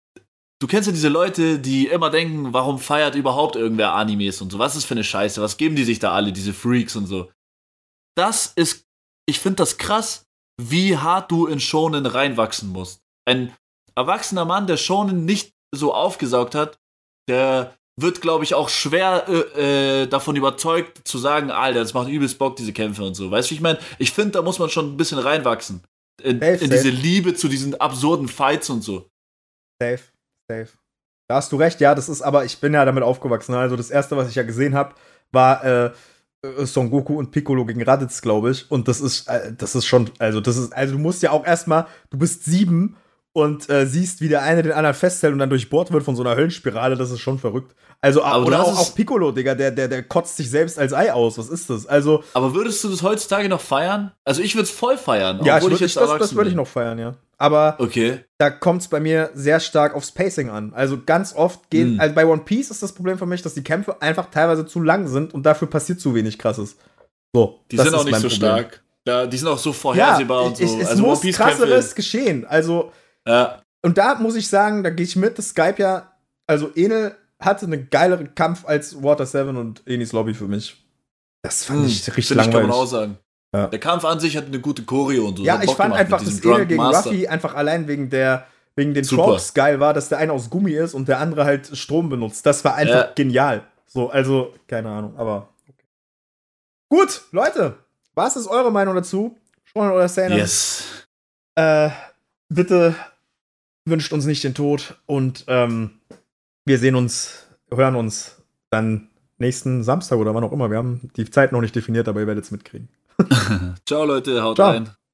du kennst ja diese Leute, die immer denken, warum feiert überhaupt irgendwer Animes und so, was ist das für eine Scheiße, was geben die sich da alle, diese Freaks und so. Das ist, ich finde das krass, wie hart du in Shonen reinwachsen musst. Ein erwachsener Mann, der Shonen nicht so aufgesaugt hat, der wird, glaube ich, auch schwer äh, äh, davon überzeugt zu sagen, Alter, das macht übelst Bock, diese Kämpfe und so. Weißt du, wie ich meine? Ich finde, da muss man schon ein bisschen reinwachsen. In, safe, in diese safe. Liebe zu diesen absurden Fights und so. Safe, safe. Da hast du recht, ja, das ist, aber ich bin ja damit aufgewachsen. Also das Erste, was ich ja gesehen habe, war äh, Son Goku und Piccolo gegen Raditz, glaube ich. Und das ist, äh, das ist schon, also das ist, also du musst ja auch erstmal, du bist sieben und äh, siehst, wie der eine den anderen festhält und dann durchbohrt wird von so einer Höllenspirale, das ist schon verrückt. Also, aber oder auch, auch Piccolo, Digga, der, der, der kotzt sich selbst als Ei aus. Was ist das? Also. Aber würdest du das heutzutage noch feiern? Also ich würde es voll feiern, ja, obwohl ich, würd, ich jetzt das, das würde ich noch feiern, ja. Aber okay. Da kommt es bei mir sehr stark aufs Pacing an. Also ganz oft gehen, hm. also bei One Piece ist das Problem für mich, dass die Kämpfe einfach teilweise zu lang sind und dafür passiert zu wenig Krasses. So, die sind auch nicht so Problem. stark. Ja, die sind auch so vorhersehbar ja, und so. Ich, es also muss krasseres geschehen. Also, ja. Und da muss ich sagen, da gehe ich mit, dass Skype ja, also Enel hatte einen geileren Kampf als Water seven und Enis Lobby für mich. Das fand hm, ich richtig langweilig. Kann man auch sagen. Ja. Der Kampf an sich hat eine gute Choreo und so. Ja, ich fand einfach, dass Enel gegen Master. Ruffy einfach allein wegen der wegen den Tropes geil war, dass der eine aus Gummi ist und der andere halt Strom benutzt. Das war einfach ja. genial. So, also, keine Ahnung, aber okay. Gut, Leute, was ist eure Meinung dazu? Shonen oder Seinen? Yes. Äh, bitte wünscht uns nicht den Tod und ähm, wir sehen uns, hören uns dann nächsten Samstag oder wann auch immer. Wir haben die Zeit noch nicht definiert, aber ihr werdet es mitkriegen. Ciao, Leute, haut Ciao. rein.